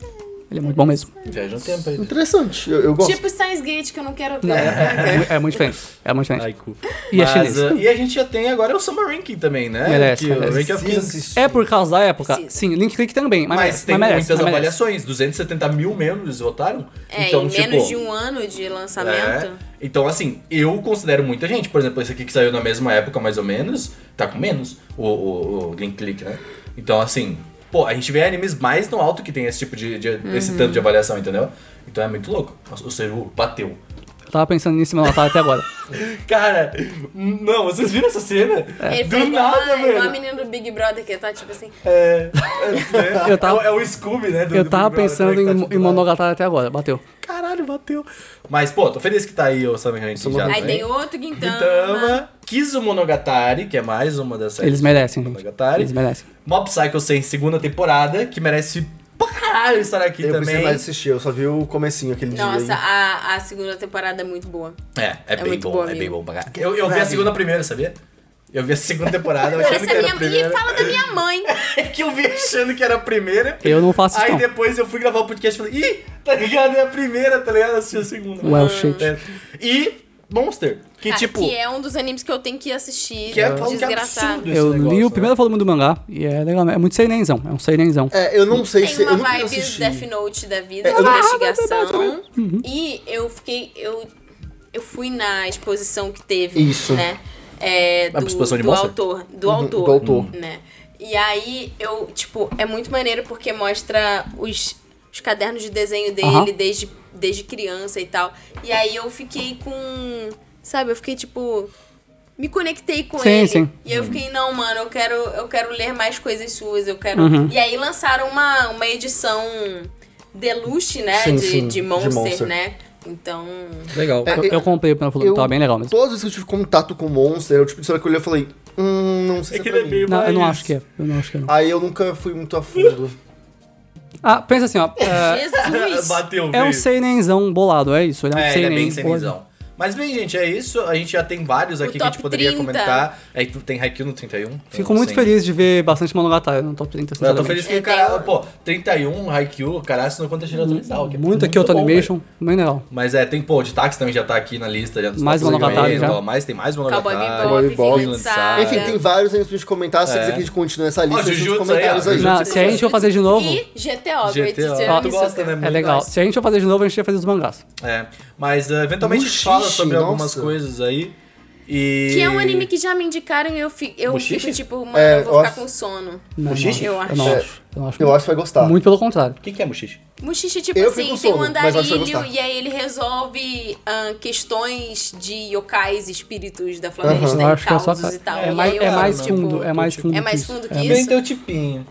Ele é muito bom mesmo. Viaja um tempo aí. Interessante, eu, eu gosto. Tipo Steins Gate, que eu não quero ver. Não, é, é, é muito diferente. É muito diferente. Aiku. E é Mas, chinês. uh, e a gente já tem agora o Summer Ranking também, né? Merece, que o merece. Ranking of Precisa Kings. assistir. É por causa da época? Precisa. Sim, Link Click também, mas, Mas merece, tem mas merece, muitas mas merece. avaliações, duzentos e setenta mil membros votaram. É, então, em tipo, menos de um ano de lançamento. é, então, assim, eu considero muita gente. Por exemplo, esse aqui que saiu na mesma época, mais ou menos, tá com menos, o, o, o Link Click, né? Então, assim, pô, a gente vê animes mais no alto que tem esse tipo de, de Uhum. esse tanto de avaliação, entendeu? Então é muito louco. Nossa, o Seru bateu. Eu tava pensando nisso em Natal até agora. Cara, não, vocês viram essa cena? Ele Do foi igual, nada, a- igual a velho. menina do Big Brother que tá tipo assim. É, é, Eu tava- é, o- é o Scooby, né? do- Eu do tava Big Brother, pensando que tá em, tudo em lá. Monogatari até agora, bateu. Caralho, bateu. Mas, pô, tô feliz que tá aí o Summer Ranking Summer já. Aí também. tem outro Gintama. Gintama, Kizumonogatari, que é mais uma das séries. Eles merecem, gente. Monogatari. Eles merecem. Mob Psycho cem, segunda temporada, que merece pra caralho estar aqui Eu também. precisei mais assistir, eu só vi o comecinho aquele Nossa, dia. aí. a, a segunda temporada é muito boa. É, é, É bem muito bom, boa é mesmo. bem bom pra caralho. Eu, eu vi a segunda primeiro, sabia? Eu vi a segunda temporada, eu achando Essa que é era minha a mãe. primeira. E fala da minha mãe. É que eu vi achando que era a primeira. Eu não faço isso, Aí não. depois eu fui gravar o podcast e falei, ih, tá ligado? É a primeira, tá ligado? Assisti a segunda. Well, shit. É. E Monster, que Ah, tipo... que é um dos animes que eu tenho que assistir. Que é- que é desgraçado. absurdo. Esse Eu negócio, li o né? primeiro volume do mangá e é legal, é muito seinenzão, é um seinenzão. É, eu não sei Tem se. Eu uma nunca vibe assisti. Death Note da vida, É, de eu não- investigação. Uhum. E eu fiquei. Eu, eu fui na exposição que teve, Isso. né? É, A do, exposição de do Monster? autor. Do Uhum, autor. do autor. Né? E aí eu, tipo, é muito maneiro porque mostra os, os cadernos de desenho dele Aham. desde, desde criança e tal. E aí eu fiquei com. Sabe, eu fiquei tipo. Me conectei com Sim, ele. sim. E eu fiquei, não, mano, eu quero, eu quero ler mais coisas suas, eu quero. Uhum. E aí lançaram uma, uma edição deluxe, né? Sim, de, sim, de de Monster, Monster. né? Então. Legal. É, Eu, eu comprei o primeiro volume, Eu- tava bem legal mesmo. Todas as vezes que eu tive contato com o Monster, eu tipo, será que eu olhei e falei, hum, não sei É se que é pra ele é mim. meio Não, eu não mais- acho que é, eu não acho que é. Não. Aí eu nunca fui muito a fundo. Ah, pensa assim, ó. É, Jesus! Bateu, é um veio. seinenzão bolado, é isso. Ele é um É, ele é bem seinen bolado. cenizão. Mas bem, gente, é isso. A gente já tem vários aqui que a gente top poderia trinta. comentar. Aí tu tem Haikyuu no trinta e um. Fico muito feliz de ver bastante Monogatari no top trinta. Eu tô sinceramente. feliz que É, o cara, tem- pô, trinta e um, Haikyuu, caralho, se não conta Shirato Rizal. que é Muito aqui, Auto bom, Animation, velho. bem legal. Mas é, tem, pô, de táxi também já tá aqui na lista. Já dos Mais tops Monogatari do já. ó, mais, tem mais Cowboy Monogatari. Bebop, Bebop, Vinland Saga. Enfim, tem vários aí pra gente comentar. Se você É. quiser que a gente continue essa lista, Ó, deixa nos Jujutsu comentários aí, aí. ó. Não, se a gente for fazer de novo, E G T O, G Great T O. Teacher Ah, tu Onizuka. gosta, né? é Muito legal. mais. Se a gente for fazer de novo, a gente vai fazer os mangás. É, mas uh, eventualmente a gente Mushishi, fala sobre algumas nossa. coisas aí. E... Que é um anime que já me indicaram e eu, fi, eu Mushishi? fico tipo, mano, É, eu vou eu ficar acho- com sono. Não, Mushishi? não, Eu acho. Eu não É. acho. Eu acho, Eu acho que vai gostar. muito pelo contrário. O que, que é Mushishi? Mushishi, tipo Eu assim, fico com tem um sono, mas acho que vai andarilho gostar. e aí ele resolve ah, questões de yokais, espíritos da floresta Eu e acho que é só. causos e tal. É E mais, aí eu é fico, mais tipo, fundo, é mais fundo. É mais que fundo isso. que É, isso? Bem teu tipinho.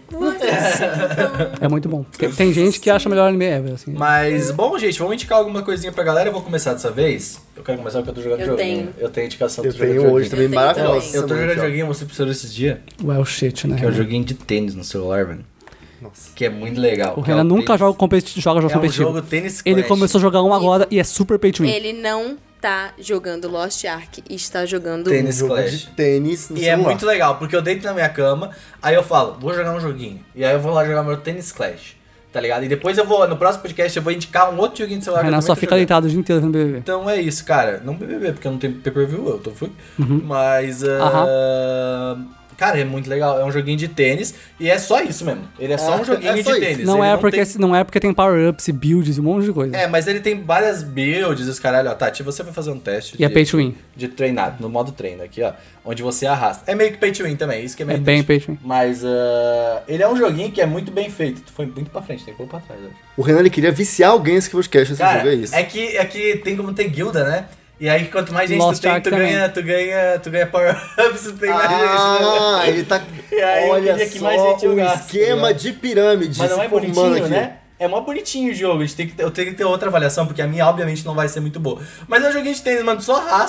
É muito bom. Tem, tem gente que acha melhor anime ever, assim. Mas, bom, gente, vamos indicar alguma coisinha pra galera. Eu vou começar dessa vez. Eu quero começar porque eu tô jogando Eu joguinho. tenho. Eu tenho indicação Eu tô jogando tenho joguinho. hoje também, Eu tenho maravilhosa. também. Eu tô essa jogando noite, ó. joguinho, você precisou esse dia. Well shit, né? Que é o joguinho de tênis no celular, velho. Nossa. Que é muito legal. O que é Renan nunca tênis. joga, competi joga jogo É um competitivo. jogo tênis Ele Clash. começou a jogar um agora e é super pay to win. Ele não tá jogando Lost Ark e está jogando Tênis. Um jogo Clash. de tênis no E é celular. muito legal, porque eu deito na minha cama, aí eu falo, vou jogar um joguinho. E aí eu vou lá jogar meu Tênis Clash, tá ligado? E depois eu vou, no próximo podcast, eu vou indicar um outro joguinho de O celular que eu Renan também só tô fica jogando. deitado o dia inteiro vendo B B B. Então é isso, cara. Não B B B, porque eu não tenho pay-per-view, eu tô fui. Mas, ah, cara, é muito legal. É um joguinho de tênis e é só isso mesmo. Ele é só É, um joguinho é só de isso. tênis. Não Ele é, porque, tem... não é porque tem power-ups e builds e um monte de coisa. É, mas ele tem várias builds, os caralho. Ó, Tati, você vai fazer um teste E é de, pay to win. de treinar, no modo treino aqui, ó. Onde você arrasta. É meio que pay to win também, isso que é É meio bem triste. pay to win. Mas uh, ele é um joguinho que é muito bem feito. Tu foi muito pra frente, tem que pôr pra trás, eu acho. O Renan ele queria viciar alguém nesse podcast nesse Cara, jogo, é isso. é que, é que tem como ter guilda, né? E aí quanto mais gente Lost tu tem, Ark tu também. ganha, tu ganha, tu ganha power-ups, tu tem mais gente. Ah, né? ele tá. E aí eu Olha queria que só mais gente o jogasse, esquema tá de pirâmide. Mas não se é formando bonitinho, aqui. né? É mó bonitinho o jogo, a gente tem que ter, eu tenho que ter outra avaliação, porque a minha obviamente não vai ser muito boa. Mas é um joguinho de tênis, mano, tu só arrasta,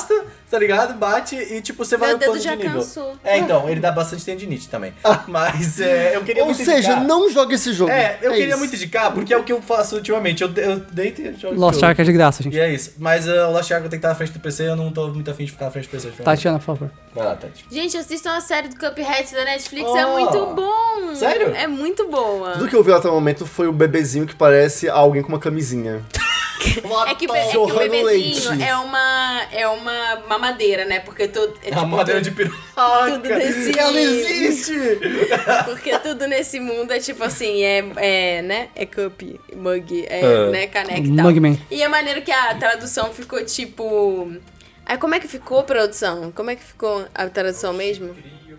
tá ligado? Bate e, tipo, você vai Meu dedo upando já de nível. cansou. É, então, ele dá bastante tendinite também. Mas é, eu queria Ou muito seja, indicar... não joga esse jogo. É, eu queria isso. muito indicar, porque é o que eu faço ultimamente. Eu, eu deito e jogo. Lost Ark é de graça, gente. E é isso. Mas uh, o Lost Ark eu tenho que estar na frente do P C, eu não tô muito afim de ficar na frente do P C. Tatiana, por favor. Vai lá, Tati. Gente, assistam a série do Cuphead da Netflix, Oh. é muito bom. Sério? É muito boa. Tudo que eu vi até o momento foi o bebezinho que parece alguém com uma camisinha. É que, o be- é que o Jorrando bebezinho leite. é uma, é uma mamadeira, né? Porque todo... É uma madeira de tudo piroca. desse... Ela existe! Porque tudo nesse mundo é tipo assim, é, é né? É cup, mug, é, Ah. né? Caneca e tal. Mugman. E é maneiro que a tradução ficou tipo... Aí como é que ficou, produção? Como é que ficou a tradução mesmo?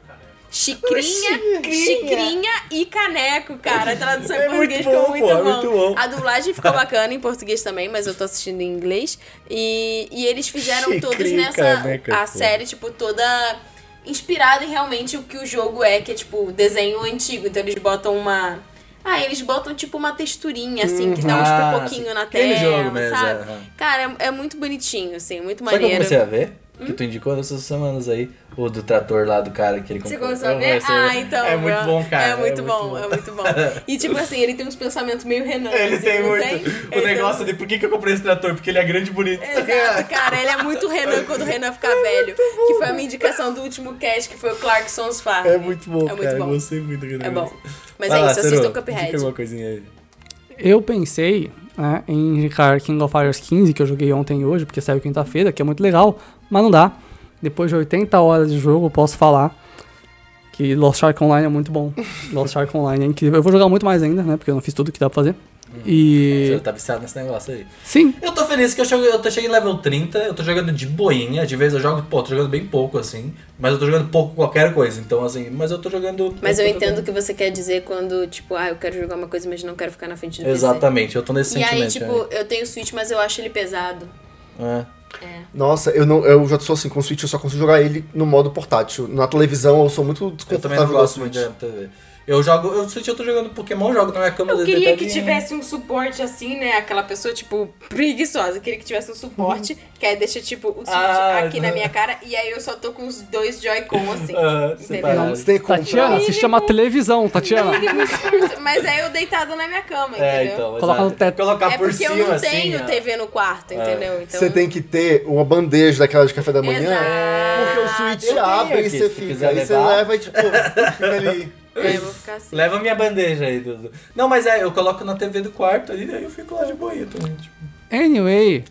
Xicrinha, xicrinha e caneco, cara. A tradução É em português muito ficou bom, muito pô, é bom. muito bom. A dublagem ficou bacana em português também, mas eu tô assistindo em inglês. E, e eles fizeram todos Xicrinha e nessa... caneca, a pô. série, tipo, toda... inspirada em realmente o que o jogo é, que é tipo desenho antigo. Então eles botam uma. Ah, eles botam tipo uma texturinha, assim, que dá uns Ah, pipoquinhos sim. na Aquele tela, jogo mesmo, sabe? aham. Cara, é, é muito bonitinho, assim, muito Sabe o que eu maneiro. comecei a ver? Que tu indicou nessas semanas aí, o do trator lá do cara que ele Você comprou. começou a Eu ver? comecei a Ah, então. É muito bom, cara. É muito bom, é muito bom. E tipo assim, ele tem uns pensamentos meio Renan. Ele assim, tem não muito. tem? O Ele negócio de por que, que eu comprei esse trator? Porque ele é grande e bonito. Exato, cara, ele é muito Renan quando o Renan ficar velho. Que foi a minha indicação do último cast, que foi o Clarkson's Farm. É muito bom, É muito cara. bom. Eu gostei muito do Renan. É bom. Mas Vai é lá, isso, Cero, assistam indica Cuphead. alguma coisinha aí. Eu pensei, né, em indicar King of Fighters quinze, que eu joguei ontem e hoje, porque saiu quinta-feira, que é muito legal, mas não dá. Depois de oitenta horas de jogo, eu posso falar que Lost Ark Online é muito bom. Lost Ark Online é incrível. Eu vou jogar muito mais ainda, né, porque eu não fiz tudo que dá pra fazer. E... Você tá viciado nesse negócio aí. Sim, Eu tô feliz que eu, cheguei, eu tô cheguei em level trinta, eu tô jogando de boinha, de vez eu jogo, pô, tô jogando bem pouco, assim, mas eu tô jogando pouco qualquer coisa, então assim, mas eu tô jogando... Mas eu tô entendo o jogando. que você quer dizer quando, tipo, ah, eu quero jogar uma coisa, mas não quero ficar na frente do P C. Exatamente, eu tô nesse E sentimento. aí, tipo, eu tenho Switch, mas eu acho ele pesado. É. Nossa, eu, não, eu já sou assim, com o Switch eu só consigo jogar ele no modo portátil. Na televisão eu sou muito Eu também desconfortável não com o gosto muito Switch. da T V. Eu jogo, eu, Switch, eu tô jogando Pokémon, jogo na minha cama. Eu de- queria que deitadinho. tivesse um suporte assim, né? Aquela pessoa, tipo, preguiçosa. Eu queria que tivesse um suporte, que aí deixa, tipo, o Switch Ah, aqui na minha cara, e aí eu só tô com os dois Joy-Con, assim. Ah, entendeu? separado. Você tem que comprar. Tatiana, se chama televisão, Tatiana. Mas aí eu deitada na minha cama, É, entendeu? então, Coloca exato. no teto. Colocar É por porque cima, eu não assim, tenho ó. T V no quarto, entendeu? Então... Você tem que ter uma bandeja daquela de café da manhã, Exato. porque o Switch Eu tenho abre aqui, e se você tu fica. quiser Aí você levar. leva e tipo, fica ali. É, eu vou ficar assim. Leva minha bandeja aí, Dudu. Não, mas é, eu coloco na T V do quarto aí, aí eu fico lá de boinha também, tipo. Anyway,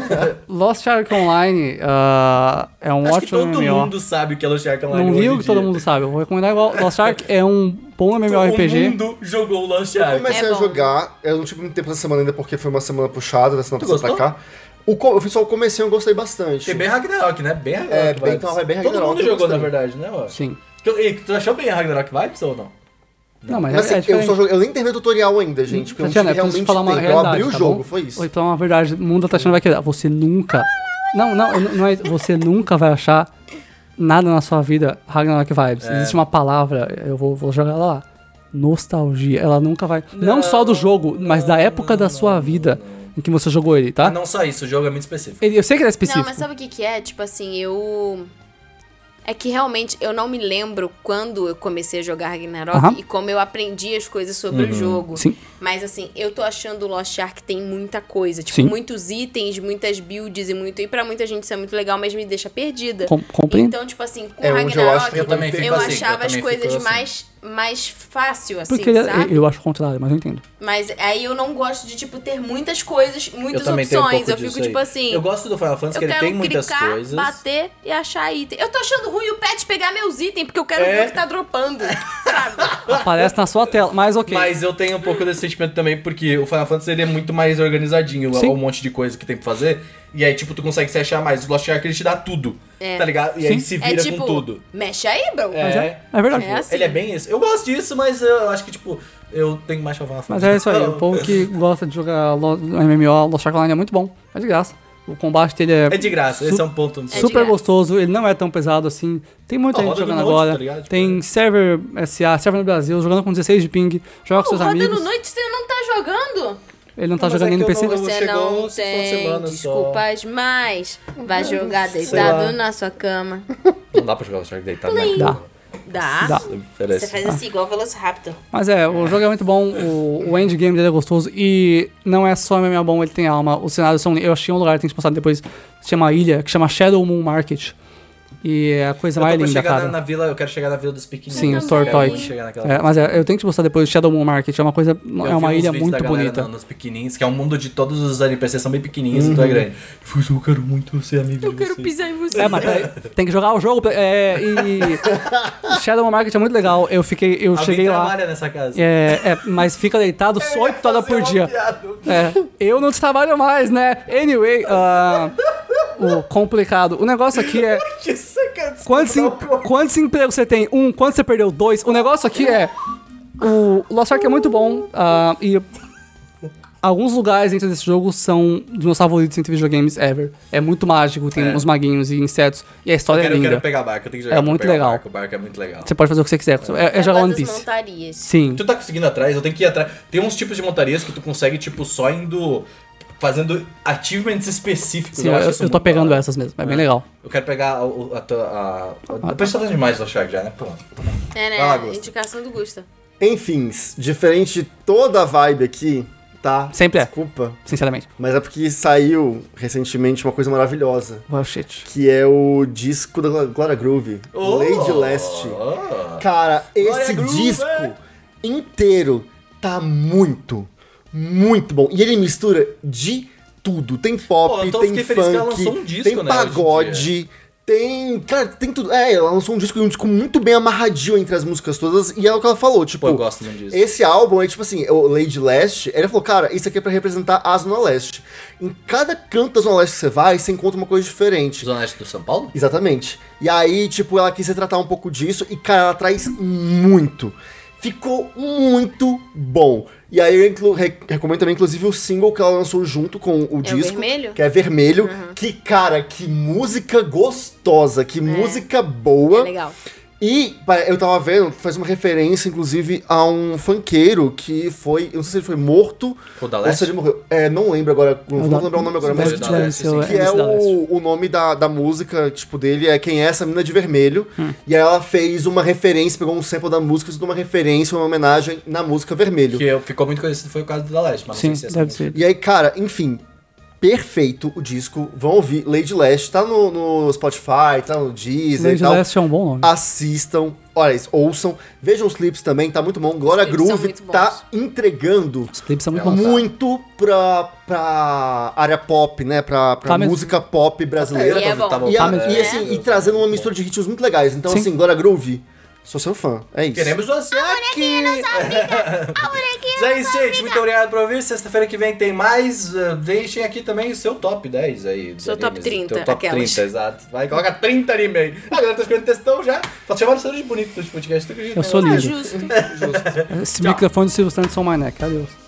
Lost Ark Online ah, é um Acho que ótimo todo M M O. mundo sabe o que é Lost Ark Online Não hoje digo em que todo dia. mundo sabe, eu vou recomendar igual. Lost Ark é um bom MMORPG. O mundo jogou Lost Eu Ark. comecei É a bom. jogar, eu não tive muito tempo essa semana ainda porque foi uma semana puxada, da semana Tu passada pra gostou? cá. O, co- eu fiz só o comecinho, eu gostei bastante. Que é bem Ragnarok, né? Bem Ragnarok É, bem- vibes. então, é bem Todo Ragnarok, mundo eu jogou, gostei. na verdade, né, ó? Sim. Que- E tu achou bem Ragnarok Vibes ou não? Não, mas, Mas é, é assim, eu, diferente. só joguei, eu nem terminei o tutorial ainda, gente, porque Tatiana, eu eu não preciso tive te falar uma realmente tempo. Eu realidade, abri o tá jogo, bom? foi isso. Oi, falar uma verdade, o mundo tá achando vai querer. Você nunca... Não, não, não é, você nunca vai achar nada na sua vida Ragnarok Vibes. É. Existe uma palavra, eu vou, vou jogar ela lá. Nostalgia. Ela nunca vai... Não, só do jogo, mas da época da sua vida em que você jogou ele, tá? Não só isso, o jogo é muito específico. Ele, eu sei que ele é específico. Não, mas sabe o que que é? Tipo assim, eu... É que realmente eu não me lembro quando eu comecei a jogar Ragnarok Aham. e como eu aprendi as coisas sobre o jogo. Sim. Mas assim, eu tô achando o Lost Ark tem muita coisa. Tipo, Sim. muitos itens, muitas builds e muito... E pra muita gente isso é muito legal, mas me deixa perdida. Com, compreendo. Então, tipo assim, com É onde eu acho Ragnarok, que eu, eu também fico assim, achava eu as também coisas fico assim. mais, mais fácil, assim, Porque ele é- sabe? eu acho o contrário, mas eu entendo. Mas aí eu não gosto de, tipo, ter muitas coisas, muitas eu também tenho um opções. pouco Eu disso fico, tipo aí. assim... Eu gosto do Final Fantasy, Eu que ele quero tem muitas clicar, coisas. bater e achar item. Eu tô achando ruim o pet pegar meus itens, porque eu quero É. ver o que tá dropando, sabe? Aparece na sua tela, mas ok. Mas eu tenho um pouco desse sentimento também, porque o Final Fantasy ele é muito mais organizadinho, Sim. um monte de coisa que tem pra fazer. E aí, tipo, tu consegue se achar mais. O Lost Ark ele te dá tudo, É. tá ligado? E Sim. aí se É vira tipo, com tudo. mexe aí, bro. Mas é, é verdade. É assim. Ele é bem isso. Eu gosto disso, mas eu acho que, tipo, eu tenho mais pra falar. Mas é isso aí, o povo que gosta de jogar Lo- M M O, Lost Ark Online é muito bom, é de graça. O combate dele é, É de graça, esse Su- é um ponto. de super graça. gostoso, ele não é tão pesado assim. Tem muita Ah, gente roda no jogando Note, agora. tá ligado? Tipo, Tem é. server S A, server no Brasil, jogando com dezesseis de ping, joga com Pô, seus roda amigos. no noite você não tá jogando? Ele não tá Mas jogando é N que P C. eu não- Você chegou não essa tem semana só. desculpas mais. Vai jogar Sei deitado lá. na sua cama. Não dá pra jogar o Shark deitado na Dá. cama. Dá. Dá. Você faz assim, igual o Velociraptor. Mas é, o jogo é muito bom, o, o endgame dele é gostoso e não é só M M O bom, ele tem alma. Os cenários são. Eu achei um lugar que tem que passar depois, se chama Ilha, que chama Shadow Moon Market. E é a coisa Eu tô mais pra linda, chegar cara. na, na vila, eu quero chegar na vila dos pequeninos. Sim, Eu os também. Tortoise. Quero chegar naquela É, vila. mas é, eu tenho que te mostrar depois Shadow Moon Market, é uma coisa. Eu é uma vi uns ilha vídeos da muito galera bonita. no- nos pequenininhos, que é um mundo de todos os N P Cs são bem pequenininhos, então é grande. Eu, eu quero muito ser amigo Eu de quero vocês. pisar em você. É, mas é, tem que jogar o jogo. pra- É, e. Shadow Moon Market é muito legal. Eu fiquei. Eu Alguém cheguei lá. trabalha nessa casa. É, é, mas fica deitado só oito horas por dia. É, eu não trabalho mais, né? Anyway, ah, o complicado. O negócio aqui é. Que sacanagem. Quantos, em- quantos empregos você tem? Um. Quantos você perdeu? Dois. O negócio aqui é. O Lost Ark é muito bom. ah, e. Alguns lugares dentro desse jogo são dos meus favoritos entre videogames ever. É muito mágico, tem É. uns maguinhos e insetos. E a Eu história quero, é eu linda. quero pegar barco, eu tenho que jogar É pra muito pegar legal. O barco, o barco é muito legal. Você pode fazer o que você quiser. É, é jogar One das Piece. montarias. Sim. Tu tá conseguindo atrás? Eu tenho que ir atrás. Tem uns tipos de montarias que tu consegue, tipo, só indo... Fazendo achievements específicos. Sim, eu, acho isso eu tô muito pegando da hora. essas mesmo. É bem legal. Eu quero pegar a... a, a, a, a depois tá falando demais do Shark já, né? Pronto. É, Vai lá, né? Gusta. Indicação do Gusta. Enfim, diferente de toda a vibe aqui, tá? Sempre é. Desculpa. Sinceramente. Mas é porque saiu recentemente uma coisa maravilhosa. Well, shit. Que é o disco da Glória Groove, Lady Leste. Oh. Cara, esse Groove! disco inteiro tá muito, muito bom. E ele mistura de tudo. Tem pop, Pô, então eu tem fiquei feliz que ela funk, lançou um disco, tem né, hoje em pagode, tem... Cara, tem tudo. É, ela lançou um disco e um disco muito bem amarradinho entre as músicas todas. E é o que ela falou, tipo... Pô, eu gosto muito disso. Esse álbum é tipo assim, o Lady Leste, ele falou, cara, isso aqui é pra representar a Zona Leste. Em cada canto da Zona Leste que você vai, você encontra uma coisa diferente. Zona Leste do São Paulo? Exatamente. E aí, tipo, ela quis retratar um pouco disso e, cara, ela traz muito. Ficou muito bom. E aí eu inclu- re- recomendo também, inclusive, o single que ela lançou junto com o É o disco. vermelho? Que é Vermelho. Que, cara, que música gostosa, que música boa. É legal. E pa- eu tava vendo, faz uma referência, inclusive, a um funkeiro que foi. Eu não sei se ele foi morto O da ou Leste? se ele morreu. É, não lembro agora, não vou lembrar o nome agora, mas. Deve- da deve Leste, ser o- sim. Que é esse da Leste. o, o nome da, da música, tipo, dele é Quem é essa menina de vermelho. E aí ela fez uma referência, pegou um sample da música, fez uma referência, uma homenagem na música Vermelho. Que eu- ficou muito conhecido foi o caso do da Leste, mas não Sim, sei se essa deve música- ser. E aí, cara, enfim, perfeito o disco. Vão ouvir Lady Leste, tá no, no Spotify, tá no Deezer Lady e tal. Leste é um bom nome. Assistam, olha isso, ouçam, vejam os clipes também, tá muito bom. Glória clipes são Groove muito bons. tá entregando Os clipes são muito Ela bons. tá. muito pra, pra área pop, né? Pra, pra Tá mesmo. música pop brasileira. E é bom. Tá E, a- voltando, e né? assim, e trazendo uma mistura de ritmos muito legais. Então, Sim. assim, Glória Groove, sou seu fã. É isso. Queremos você aqui! Mas é isso, gente. Muito obrigado por ouvir. Sexta-feira que vem tem mais. Uh, deixem aqui também o seu top dez aí. dos Seu top animes. trinta, Teu top aquelas. trinta, exato. Vai, coloca trinta anime aí. A galera tá escrevendo textão já. Tá chamando você de bonito nos podcasts. Tu acredita? Eu sou É lindo. justo. Esse microfone do Silvio Santos são my neck. Adeus.